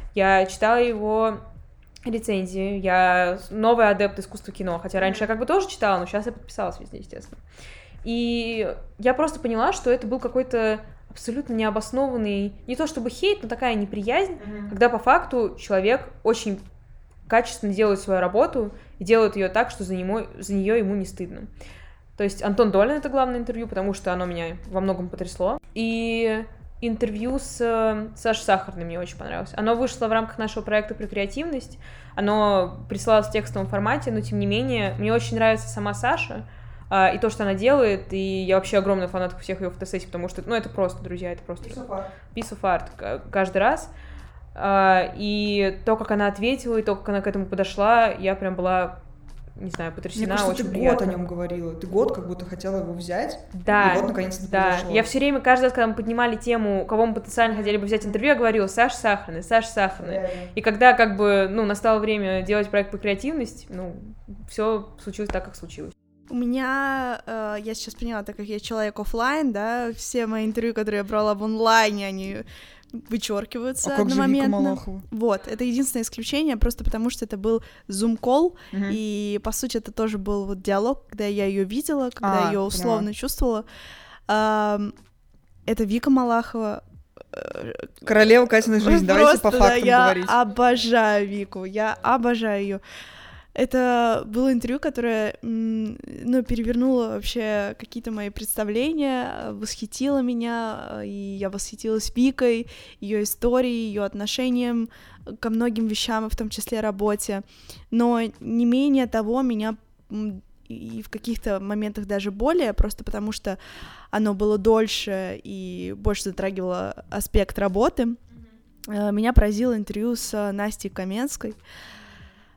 Я читала его рецензии, я новый адепт искусства кино, хотя раньше я как бы тоже читала, но сейчас я подписалась везде, естественно. И я просто поняла, что это был какой-то абсолютно необоснованный, не то чтобы хейт, но такая неприязнь, mm-hmm. когда по факту человек очень качественно делает свою работу и делает ее так, что за, него, за нее ему не стыдно. То есть Антон Долин — это главное интервью, потому что оно меня во многом потрясло. И интервью с Сашей Сахарной мне очень понравилось. Оно вышло в рамках нашего проекта про креативность, оно присылалось в текстовом формате, но тем не менее мне очень нравится сама Саша, и то, что она делает, и я вообще огромная фанатка всех ее фотосессий, потому что, ну, это просто, друзья, это просто... Piece of art. Piece of art каждый раз. И то, как она ответила, и то, как она к этому подошла, я прям была, не знаю, потрясена. Мне кажется, очень ты приятно. год о нем говорила. Ты год как будто хотела его взять, да, и вот наконец-то да. произошло. Я все время, каждый раз, когда мы поднимали тему, кого мы потенциально хотели бы взять интервью, я говорила: Саша Сахарная, Саша Сахарная. Да, да. И когда, как бы, ну, настало время делать проект по креативность, ну, все случилось так, как случилось. У меня, э, я сейчас поняла, так как я человек офлайн, да, все мои интервью, которые я брала в онлайне, они вычеркиваются а одномоментно. Как же Вика Малахова? Вот, это единственное исключение, просто потому что это был зум-колл, угу. И, по сути, это тоже был вот диалог, когда я ее видела, когда а, ее условно поняла. Чувствовала. Э, это Вика Малахова. Королева Катиной жизни, давайте по фактам да, говорить. Я обожаю Вику, я обожаю ее. Это было интервью, которое, ну, перевернуло вообще какие-то мои представления, восхитило меня, и я восхитилась Викой, ее историей, ее отношением ко многим вещам, в том числе работе. Но не менее того, меня и в каких-то моментах даже более, просто потому что оно было дольше и больше затрагивало аспект работы, mm-hmm. меня поразило интервью с Настей Каменской.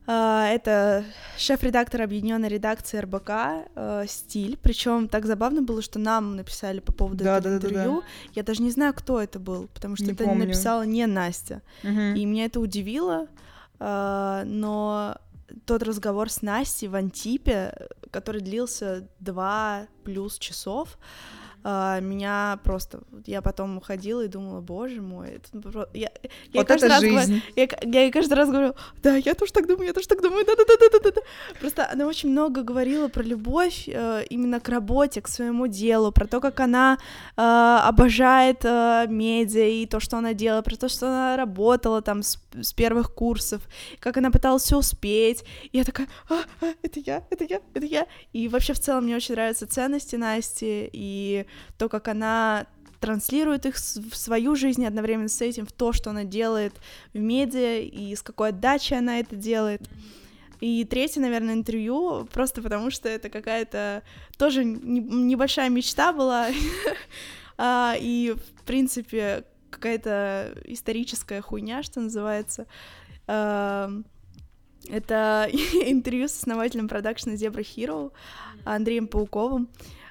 Это шеф-редактор объединенной редакции эр бэ ка «Стиль». Причем так забавно было, что нам написали по поводу да, этого да, интервью. Да, да. Я даже не знаю, кто это был, потому что не это помню. написала не Настя. Угу. И меня это удивило, но тот разговор с Настей в Антипе, который длился два плюс часов, меня просто... Я потом уходила и думала, боже мой, это... Я, я вот это жизнь. Говорю, я, я каждый раз говорю, да, я тоже так думаю, я тоже так думаю, да-да-да-да-да-да. Просто она очень много говорила про любовь э, именно к работе, к своему делу, про то, как она э, обожает э, медиа и то, что она делала, про то, что она работала там с, с первых курсов, как она пыталась все успеть. И я такая, а, а, это я, это я, это я. И вообще в целом мне очень нравятся ценности Насти и то, как она транслирует их в свою жизнь, одновременно с этим в то, что она делает в медиа, и с какой отдачей она это делает. И третье, наверное, интервью, просто потому что это какая-то тоже небольшая мечта была, и, в принципе, какая-то историческая хуйня, что называется. Это интервью с основателем продакшена Zebra Hero Андреем Пауковым.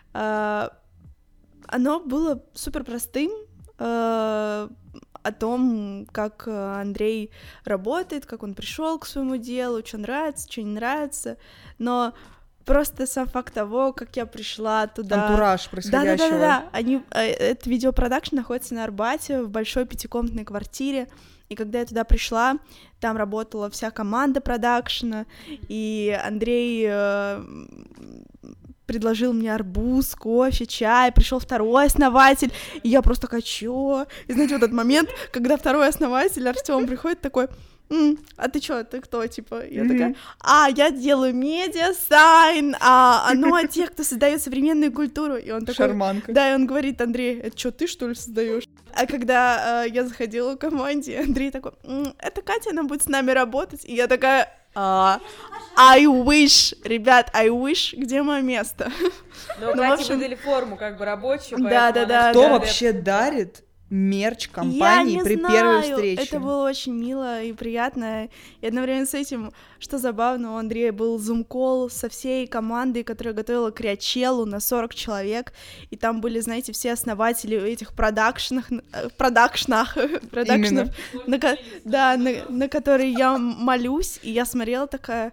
Оно было супер простым, э, о том, как Андрей работает, как он пришел к своему делу, что нравится, что не нравится, но просто сам факт того, как я пришла туда... Антураж происходящего. Да-да-да, они, этот видеопродакшн находится на Арбате, в большой пятикомнатной квартире, и когда я туда пришла, там работала вся команда продакшена, и Андрей... Э, предложил мне арбуз, кофе, чай, пришел второй основатель, и я просто такая, чё? И знаете, вот этот момент, когда второй основатель, Артём, приходит такой, М, а ты чё, ты кто, типа? Я mm-hmm. такая, а, я делаю медиа-сайн, а оно о тех, кто создает современную культуру. И он такой, шарманка. Да, и он говорит, Андрей, это что, ты что ли создаешь? А когда э, я заходила в команде, Андрей такой, М, это Катя, она будет с нами работать. И я такая, а, I wish, ребят, I wish, где мое место? Ну, Кате общем... выдали форму, как бы, рабочую. Да, да, да. Кто да, вообще да. дарит мерч компании я при знаю. первой встрече? Это было очень мило и приятно. И одновременно с этим, что забавно, у Андрея был зум-колл со всей командой, которая готовила к Риачеллу на сорок человек. И там были, знаете, все основатели этих продакшнах, продакшнах, продакшнов, на, да, на, на которые я молюсь. И я смотрела такая...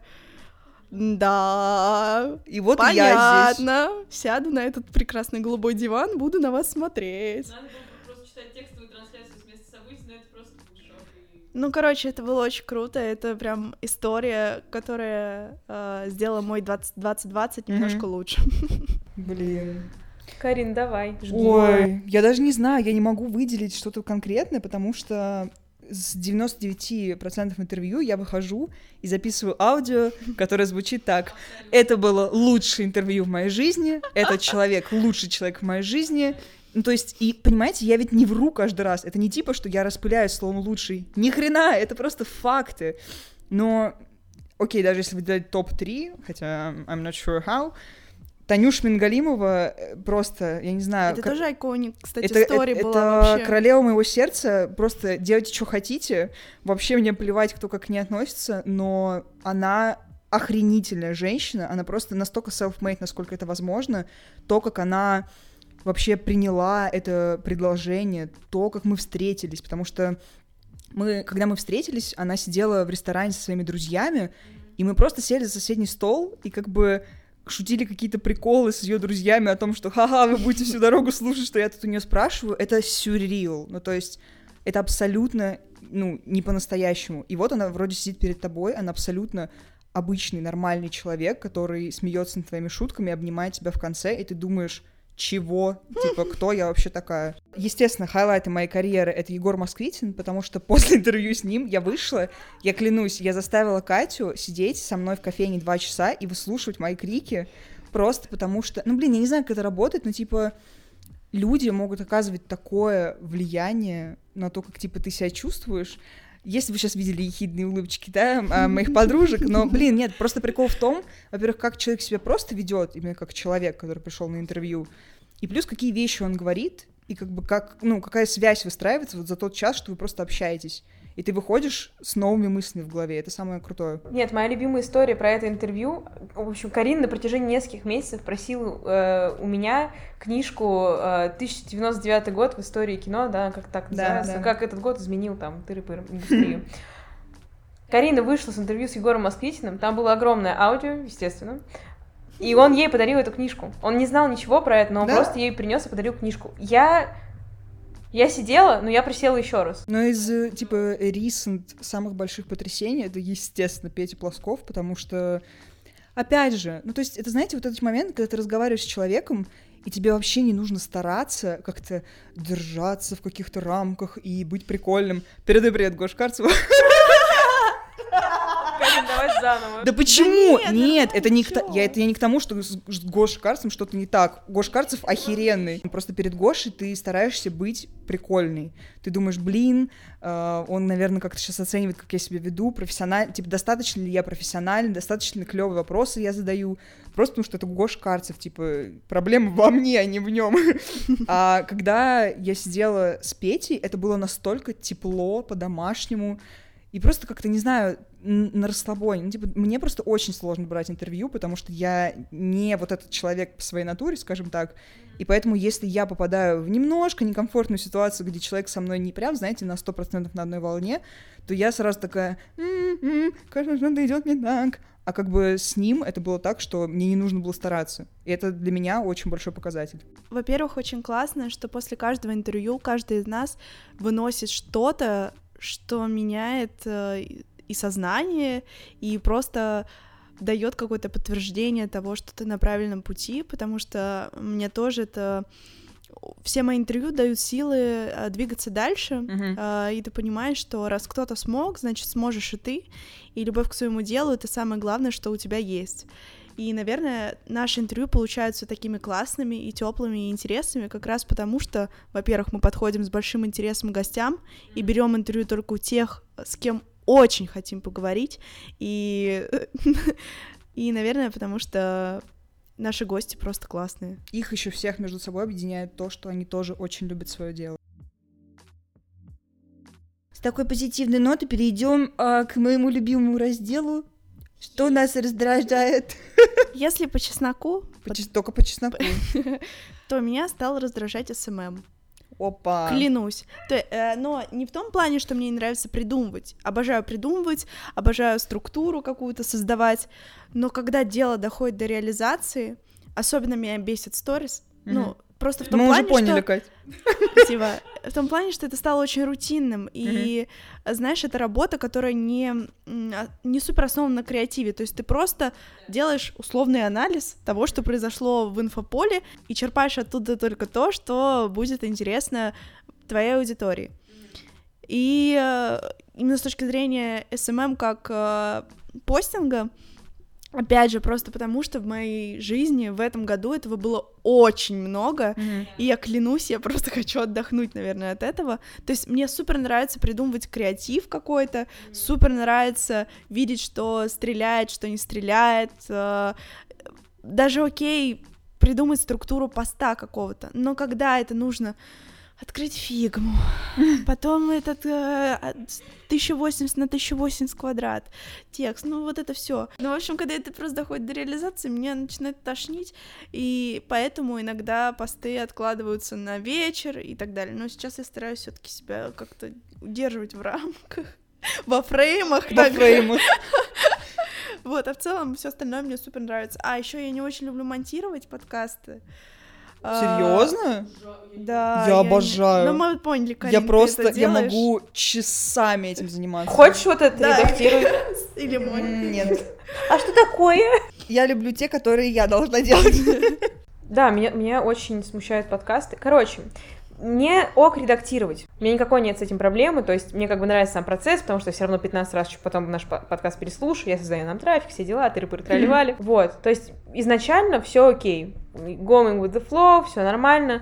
Да, и вот понятно. Я здесь. Сяду на этот прекрасный голубой диван, буду на вас смотреть. Надо было просто читать текстовую трансляцию с места событий, но это просто был шок. Ну, короче, это было очень круто. Это прям история, которая э, сделала мой двадцать двадцать mm-hmm. немножко лучше. Блин. Карин, давай, жги. Ой, я даже не знаю, я не могу выделить что-то конкретное, потому что с девяносто девять процентов интервью я выхожу и записываю аудио, которое звучит так. Это было лучшее интервью в моей жизни, этот человек лучший человек в моей жизни. Ну, то есть, и, понимаете, я ведь не вру каждый раз. Это не типа, что я распыляюсь словом «лучший». Ни хрена, это просто факты. Но, окей, даже если выделять топ три, хотя I'm not sure how, Танюша Мингалимова просто, я не знаю... Это кор... тоже иконик, кстати, это, стори это, была это вообще. королева моего сердца, просто делайте, что хотите, вообще мне плевать, кто как к ней относится, но она охренительная женщина, она просто настолько self-made, насколько это возможно, то, как она вообще приняла это предложение, то, как мы встретились, потому что мы, когда мы встретились, она сидела в ресторане со своими друзьями, и мы просто сели за соседний стол, и как бы шутили какие-то приколы с ее друзьями о том, что ха-ха, вы будете всю дорогу слушать, что я тут у нее спрашиваю. Это сюрреал. Ну, то есть, это абсолютно, ну, не по-настоящему. И вот она вроде сидит перед тобой, она абсолютно обычный, нормальный человек, который смеется над твоими шутками, обнимает тебя в конце, и ты думаешь, чего? Типа, кто я вообще такая? Естественно, хайлайты моей карьеры — это Егор Москвитин, потому что после интервью с ним я вышла, я клянусь, я заставила Катю сидеть со мной в кофейне два часа и выслушивать мои крики, просто потому что... Ну, блин, я не знаю, как это работает, но, типа, люди могут оказывать такое влияние на то, как, типа, ты себя чувствуешь. Если вы сейчас видели ехидные улыбочки, да, моих подружек, но, блин, нет, просто прикол в том, во-первых, как человек себя просто ведет, именно как человек, который пришел на интервью, и плюс какие вещи он говорит, и как бы как, ну, какая связь выстраивается вот за тот час, что вы просто общаетесь. и ты выходишь с новыми мыслями в голове, это самое крутое. Нет, моя любимая история про это интервью, в общем, Карина на протяжении нескольких месяцев просила э, у меня книжку э, тысяча девяносто девятый год в истории кино, да, как так называется, да, да. как этот год изменил там тыры-пыры индустрию. Карина вышла с интервью с Егором Москвитиным, там было огромное аудио, естественно, и он ей подарил эту книжку. Он не знал ничего про это, но он да? просто ей принес и подарил книжку. Я... Я сидела, но я присела еще раз. Но из, типа, recent самых больших потрясений это, естественно, Петя Плосков, потому что, опять же, ну, то есть, это, знаете, вот этот момент, когда ты разговариваешь с человеком, и тебе вообще не нужно стараться как-то держаться в каких-то рамках и быть прикольным. Передай привет Гоше Карцеву. Давай заново. Да почему? Да нет, нет, да это не, к, ничего. я, это я не к тому, что с с Гошей Карцевым что-то не так. Гоша Карцев охеренный. Просто перед Гошей ты стараешься быть прикольной. Ты думаешь, блин, э, он, наверное, как-то сейчас оценивает, как я себя веду, профессионально, типа, достаточно ли я профессиональный, достаточно ли клёвые вопросы я задаю. Просто потому что это Гоша Карцев, типа, проблема во мне, а не в нем. А когда я сидела с Петей, это было настолько тепло, по-домашнему. И просто как-то, не знаю, на расслабоне. Ну, типа, мне просто очень сложно брать интервью, потому что я не вот этот человек по своей натуре, скажем так. И поэтому, если я попадаю в немножко некомфортную ситуацию, где человек со мной не прям, знаете, на сто процентов на одной волне, то я сразу такая, м-м-м, кажется, что-то идет не так. А как бы с ним это было так, что мне не нужно было стараться. И это для меня очень большой показатель. Во-первых, очень классно, что после каждого интервью каждый из нас выносит что-то, что меняет э, и сознание, и просто дает какое-то подтверждение того, что ты на правильном пути, потому что мне тоже это... Все мои интервью дают силы э, двигаться дальше, Uh-huh. э, и ты понимаешь, что раз кто-то смог, значит, сможешь и ты, и любовь к своему делу — это самое главное, что у тебя есть. И, наверное, наши интервью получаются такими классными и теплыми и интересными, как раз потому, что, во-первых, мы подходим с большим интересом к гостям и берем интервью только у тех, с кем очень хотим поговорить, и, и, наверное, потому что наши гости просто классные. Их еще всех между собой объединяет то, что они тоже очень любят свое дело. С такой позитивной ноты перейдем а, к моему любимому разделу. Что нас раздражает? Если по чесноку, По чес- Только по чесноку. то меня стал раздражать эс эм эм. Опа. Клянусь. То, э, но не в том плане, что мне не нравится придумывать. Обожаю придумывать, обожаю структуру какую-то создавать. Но когда дело доходит до реализации, особенно меня бесит сторис, mm-hmm. ну, просто в том Мы плане, уже поняли, что... Кать. Спасибо. В том плане, что это стало очень рутинным. И, mm-hmm. знаешь, это работа, которая не, не супер основана на креативе. То есть ты просто делаешь условный анализ того, что произошло в инфополе, и черпаешь оттуда только то, что будет интересно твоей аудитории. И именно с точки зрения эс эм эм как э, постинга, опять же, просто потому что в моей жизни в этом году этого было очень много, mm-hmm. и я клянусь, я просто хочу отдохнуть, наверное, от этого. То есть мне супер нравится придумывать креатив какой-то, mm-hmm. супер нравится видеть, что стреляет, что не стреляет. Даже окей придумать структуру поста какого-то, но когда это нужно... Открыть фигму, потом этот э, тысяча восемьдесят на тысяча восемьдесят квадрат, текст, ну вот это все. Ну, в общем, когда это просто доходит до реализации, меня начинает тошнить, и поэтому иногда посты откладываются на вечер и так далее. Но сейчас я стараюсь все-таки себя как-то удерживать в рамках, во фреймах. Во фреймах. Вот, а в целом все остальное мне супер нравится. А еще я не очень люблю монтировать подкасты. Серьезно? Да. Я, я обожаю. Не... Ну, мы поняли, Карин, я просто, ты это я могу часами этим заниматься. Хочешь вот это да. редактировать? Или мой? Нет. А что такое? Я люблю те, которые я должна делать. Да, меня, меня очень смущают подкасты. Короче, мне ок редактировать. У меня никакой нет с этим проблемы, то есть мне как бы нравится сам процесс, потому что я все равно пятнадцать раз еще потом наш подкаст переслушаю, я создаю нам трафик, все дела, тыры-пыры трали-вали. Вот, то есть изначально все окей. Going with the flow, все нормально.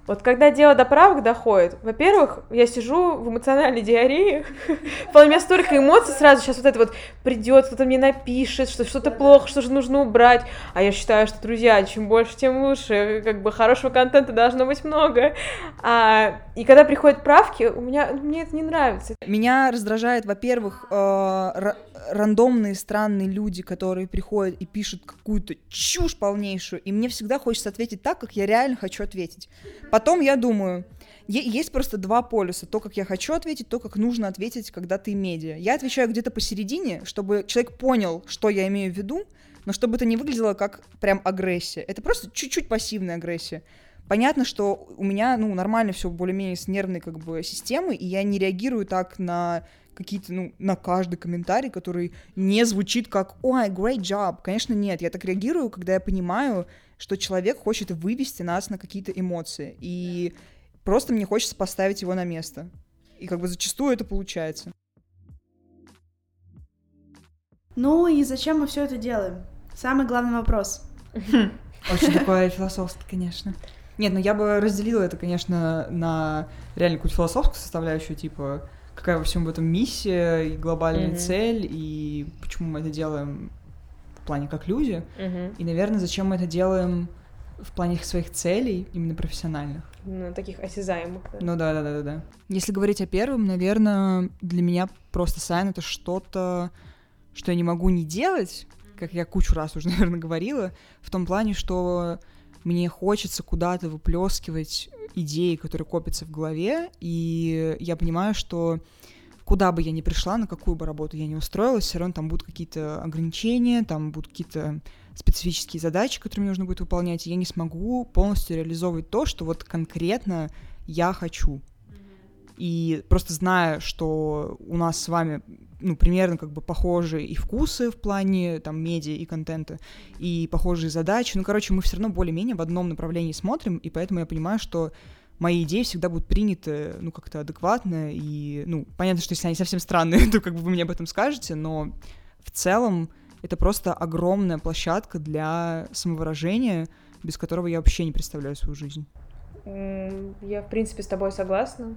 Вот когда дело до правок доходит, во-первых, я сижу в эмоциональной диарее, у меня столько эмоций сразу, сейчас вот это вот придет, кто-то мне напишет, что что-то плохо, что же нужно убрать, а я считаю, что, друзья, чем больше, тем лучше, как бы хорошего контента должно быть много, а, и когда приходят правки, у меня, мне это не нравится. Меня раздражает, во-первых, э, р- рандомные странные люди, которые приходят и пишут какую-то чушь полнейшую, и мне всегда хочется ответить так, как я реально хочу ответить. Потом я думаю, е- есть просто два полюса, то, как я хочу ответить, то, как нужно ответить, когда ты медиа. Я отвечаю где-то посередине, чтобы человек понял, что я имею в виду, но чтобы это не выглядело как прям агрессия. Это просто чуть-чуть пассивная агрессия. Понятно, что у меня, ну, нормально все более-менее с нервной, как бы, системой, и я не реагирую так на какие-то, ну, на каждый комментарий, который не звучит как «Ой, great job». Конечно, нет. Я так реагирую, когда я понимаю, что человек хочет вывести нас на какие-то эмоции, и просто мне хочется поставить его на место. И как бы зачастую это получается. Ну и зачем мы все это делаем? Самый главный вопрос. Очень такое философское, конечно. Нет, ну я бы разделила это, конечно, на реально какую-то философскую составляющую, типа, какая во всем в этом миссия и глобальная mm-hmm. цель, и почему мы это делаем в плане как люди, mm-hmm. и, наверное, зачем мы это делаем в плане своих целей, именно профессиональных. Ну, таких осязаемых. Да? Ну да, да, да, да, да. Если говорить о первом, наверное, для меня просто сайн — это что-то, что я не могу не делать, как я кучу раз уже, наверное, говорила, в том плане, что мне хочется куда-то выплескивать идеи, которые копятся в голове, и я понимаю, что куда бы я ни пришла, на какую бы работу я ни устроилась, все равно там будут какие-то ограничения, там будут какие-то специфические задачи, которые мне нужно будет выполнять, и я не смогу полностью реализовывать то, что вот конкретно я хочу. И просто зная, что у нас с вами, ну, примерно как бы похожие и вкусы в плане там медиа и контента, и похожие задачи, ну, короче, мы все равно более-менее в одном направлении смотрим, и поэтому я понимаю, что мои идеи всегда будут приняты, ну, как-то адекватно, и, ну, понятно, что если они совсем странные, то как бы вы мне об этом скажете, но в целом это просто огромная площадка для самовыражения, без которого я вообще не представляю свою жизнь. Я, в принципе, с тобой согласна.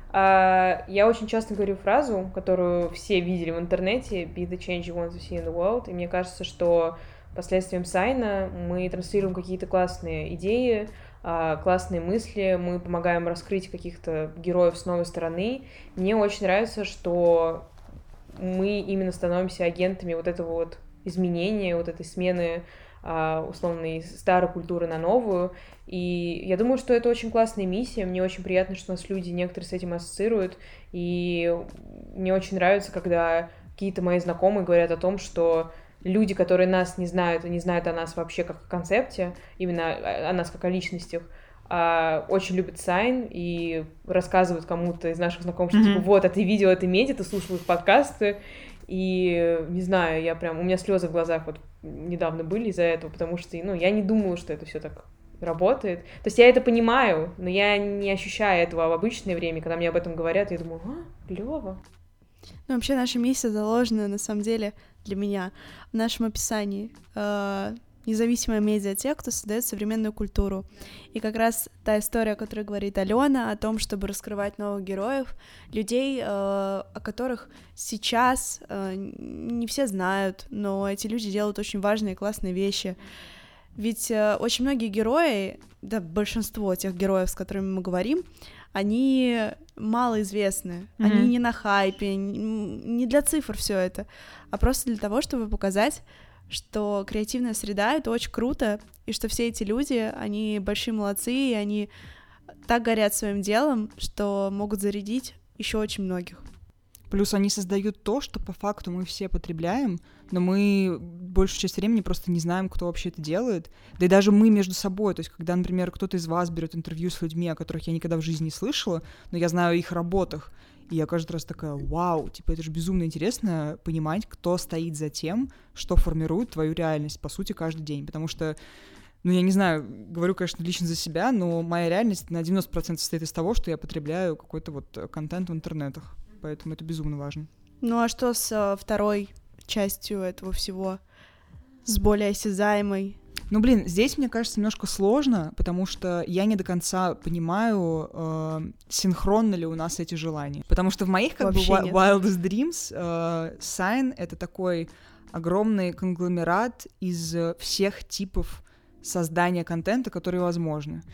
Я очень часто говорю фразу, которую все видели в интернете: «Be the change you want to see in the world», и мне кажется, что последствием сайна мы транслируем какие-то классные идеи, классные мысли, мы помогаем раскрыть каких-то героев с новой стороны. Мне очень нравится, что мы именно становимся агентами вот этого вот изменения, вот этой смены условной старой культуры на новую, и я думаю, что это очень классная миссия, мне очень приятно, что у нас люди некоторые с этим ассоциируют, и мне очень нравится, когда какие-то мои знакомые говорят о том, что люди, которые нас не знают и не знают о нас вообще как о концепте, именно о нас как о личностях, очень любят сайн и рассказывают кому-то из наших знакомых, что mm-hmm. типа вот, а ты видел это медиа, ты слушал их подкасты, и не знаю, я прям, у меня слезы в глазах вот недавно были из-за этого, потому что, ну, я не думала, что это все так работает. То есть я это понимаю, но я не ощущаю этого в обычное время, когда мне об этом говорят, я думаю, а, клево. Ну, вообще наша миссия заложена, на самом деле, для меня в нашем описании. Э, независимая медиатек, кто создает современную культуру. И как раз та история, о которой говорит Алена, о том, чтобы раскрывать новых героев, людей, э, о которых сейчас э, не все знают, но эти люди делают очень важные и классные вещи. Ведь э, очень многие герои, да, большинство тех героев, с которыми мы говорим, они малоизвестны, mm-hmm. они не на хайпе, не для цифр все это, а просто для того, чтобы показать, что креативная среда — это очень круто, и что все эти люди, они большие молодцы, и они так горят своим делом, что могут зарядить еще очень многих. Плюс они создают то, что по факту мы все потребляем, но мы большую часть времени просто не знаем, кто вообще это делает. Да и даже мы между собой, то есть когда, например, кто-то из вас берет интервью с людьми, о которых я никогда в жизни не слышала, но я знаю о их работах, и я каждый раз такая: вау, типа это же безумно интересно понимать, кто стоит за тем, что формирует твою реальность, по сути, каждый день, потому что, ну, я не знаю, говорю, конечно, лично за себя, но моя реальность на девяносто процентов состоит из того, что я потребляю какой-то вот контент в интернетах. Поэтому это безумно важно. Ну а что с uh, второй частью этого всего? С более осязаемой? Ну, блин, здесь, мне кажется, немножко сложно, потому что я не до конца понимаю, э, синхронно ли у нас эти желания. Потому что в моих, как Вообще бы, нет. wildest dreams э, Sign — это такой огромный конгломерат из всех типов создания контента, которые возможны.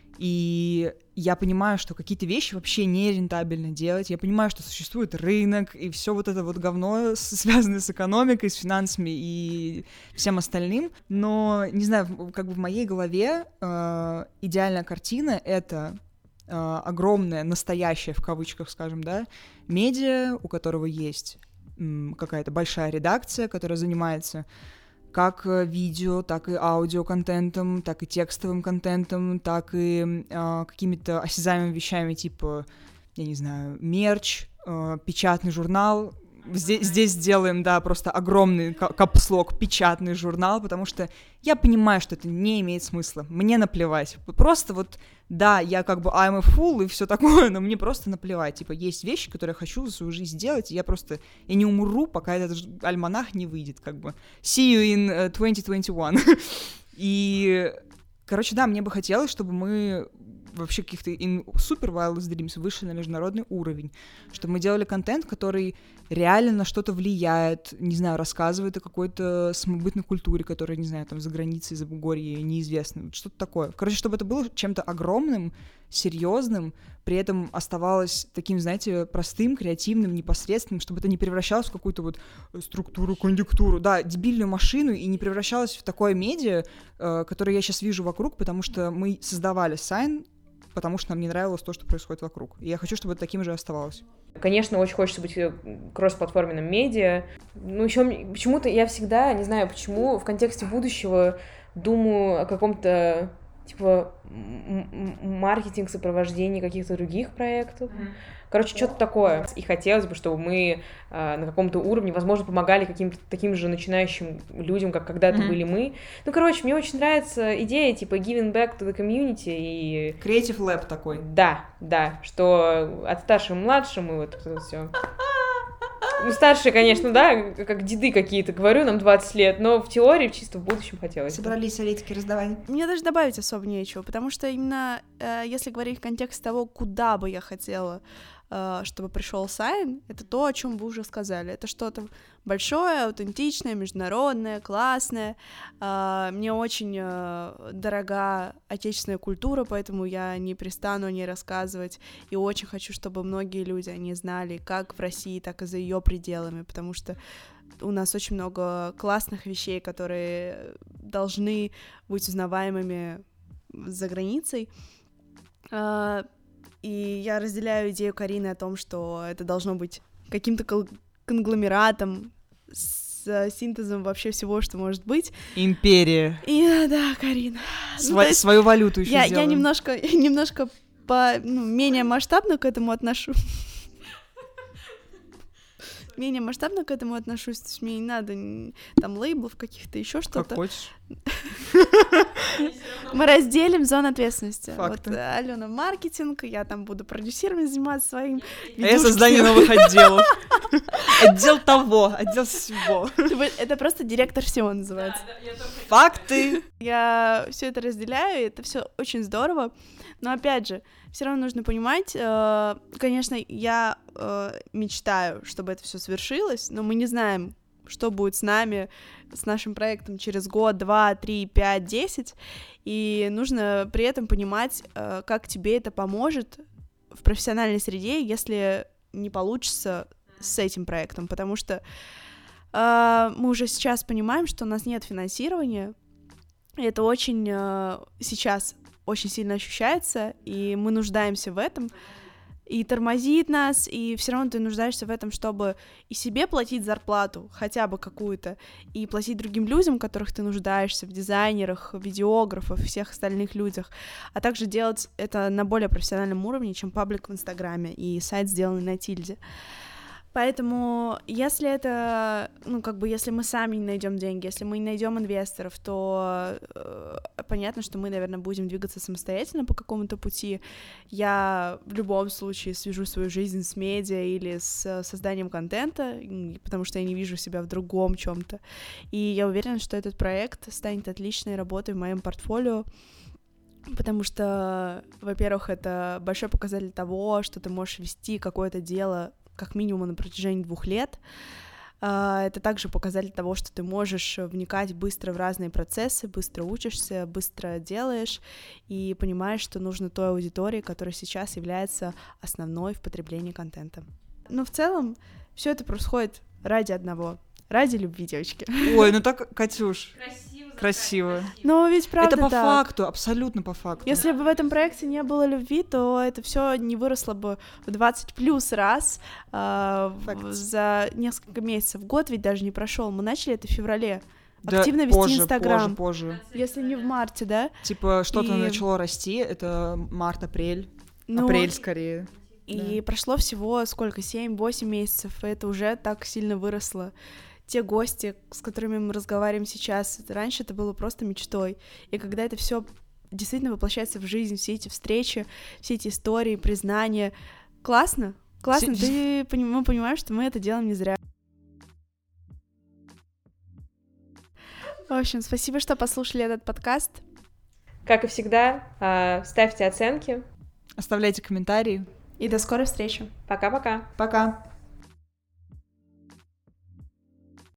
И я понимаю, что какие-то вещи вообще не рентабельно делать. Я понимаю, что существует рынок, и все вот это вот говно, связанное с экономикой, с финансами и всем остальным. Но, не знаю, как бы в моей голове э, идеальная картина — это э, огромная, настоящая, в кавычках, скажем, да, медиа, у которого есть м, какая-то большая редакция, которая занимается как видео, так и аудиоконтентом, так и текстовым контентом, так и э, какими-то осязаемыми вещами, типа, я не знаю, мерч, э, печатный журнал. Здесь, здесь сделаем, да, просто огромный капслог печатный журнал, потому что я понимаю, что это не имеет смысла. Мне наплевать. Просто вот, да, я как бы I'm a fool и все такое, но мне просто наплевать. Типа, есть вещи, которые я хочу за свою жизнь сделать, и я просто, я не умру, пока этот альманах не выйдет, как бы. See you in uh, twenty twenty-one. И, короче, да, мне бы хотелось, чтобы мы вообще каких-то in super wildest dreams вышли на международный уровень, чтобы мы делали контент, который реально на что-то влияет, не знаю, рассказывает о какой-то самобытной культуре, которая, не знаю, там за границей, за Бугорье неизвестна, что-то такое. Короче, чтобы это было чем-то огромным, серьезным, при этом оставалось таким, знаете, простым, креативным, непосредственным, чтобы это не превращалось в какую-то вот структуру, конъюнктуру, да, дебильную машину, и не превращалось в такое медиа, э, которое я сейчас вижу вокруг, потому что мы создавали Sign, потому что нам не нравилось то, что происходит вокруг. И я хочу, чтобы это таким же оставалось. Конечно, очень хочется быть кроссплатформенным медиа. Ну, еще почему-то я всегда, не знаю почему, в контексте будущего думаю о каком-то, типа, маркетинг, сопровождении каких-то других проектов. Mm-hmm. Короче, что-то такое. И хотелось бы, чтобы мы э, на каком-то уровне, возможно, помогали каким-то таким же начинающим людям, как когда-то mm-hmm. были мы. Ну, короче, мне очень нравится идея, типа, giving back to the community. И... Creative Lab такой. Да, да, что от старших к младшим, и вот это все. Ну, старшие, конечно, да, как деды какие-то, говорю, нам двадцать лет, но в теории, чисто в будущем хотелось. Собрались советики раздавать. Мне даже добавить особо нечего, потому что именно, э, если говорить в контексте того, куда бы я хотела, э, чтобы пришел Sign, это то, о чем вы уже сказали. Это что-то большое, аутентичное, международное, классное. Э, мне очень э, дорога отечественная культура, поэтому я не перестану о ней рассказывать, и очень хочу, чтобы многие люди, они знали, как в России, так и за ее пределами, потому что у нас очень много классных вещей, которые должны быть узнаваемыми за границей. И я разделяю идею Карины о том, что это должно быть каким-то конгломератом с синтезом вообще всего, что может быть. Империя. И да, Карина. Сво- ну, есть, свою валюту еще я, сделаем. Я немножко, немножко по, ну, менее масштабно к этому отношусь. Менее масштабно к этому отношусь, то есть мне не надо там лейблов каких-то, еще что-то. Как хочешь. Мы разделим зону ответственности. Факты. Вот Алена маркетинг, я там буду продюсированием заниматься своим. А я создание новых отделов. Отдел того, отдел всего. Это просто директор всего называется. Факты. Я все это разделяю, и это все очень здорово. Но опять же, все равно нужно понимать, э, конечно, я э, мечтаю, чтобы это все свершилось, но мы не знаем, что будет с нами, с нашим проектом через год, два, три, пять, десять, и нужно при этом понимать, э, как тебе это поможет в профессиональной среде, если не получится с этим проектом, потому что э, мы уже сейчас понимаем, что у нас нет финансирования, и это очень э, сейчас очень сильно ощущается, и мы нуждаемся в этом, и тормозит нас, и все равно ты нуждаешься в этом, чтобы и себе платить зарплату, хотя бы какую-то, и платить другим людям, в которых ты нуждаешься, в дизайнерах, видеографах, всех остальных людях, а также делать это на более профессиональном уровне, чем паблик в Инстаграме и сайт, сделанный на Тильде. Поэтому, если это, ну, как бы, если мы сами не найдем деньги, если мы не найдем инвесторов, то э, понятно, что мы, наверное, будем двигаться самостоятельно по какому-то пути. Я в любом случае свяжу свою жизнь с медиа или с созданием контента, потому что я не вижу себя в другом чем-то. И я уверена, что этот проект станет отличной работой в моем портфолио, потому что, во-первых, это большой показатель того, что ты можешь вести какое-то дело как минимум на протяжении двух лет. Это также показатель того, что ты можешь вникать быстро в разные процессы, быстро учишься, быстро делаешь и понимаешь, что нужно той аудитории, которая сейчас является основной в потреблении контента. Но в целом все это происходит ради одного, ради любви, девочки. Ой, ну так, Катюш, Красиво. красиво. Но ведь правда Это по так. факту, абсолютно по факту. Если бы в этом проекте не было любви, то это все не выросло бы в двадцать плюс раз э, за несколько месяцев. Год ведь даже не прошел. Мы начали это в феврале. Да, активно вести позже, Инстаграм. позже, позже. Если не в марте, да? Типа что-то И- начало расти, это март-апрель. Ну, Апрель скорее. И прошло всего сколько, семь-восемь месяцев, и это уже так сильно выросло. Те гости, с которыми мы разговариваем сейчас, это раньше это было просто мечтой. И когда это все действительно воплощается в жизнь, все эти встречи, все эти истории, признания, классно, классно, Се- ты поним- мы понимаем, что мы это делаем не зря. В общем, спасибо, что послушали этот подкаст. Как и всегда, а, ставьте оценки. Оставляйте комментарии. И до скорой встречи. Пока-пока. Пока.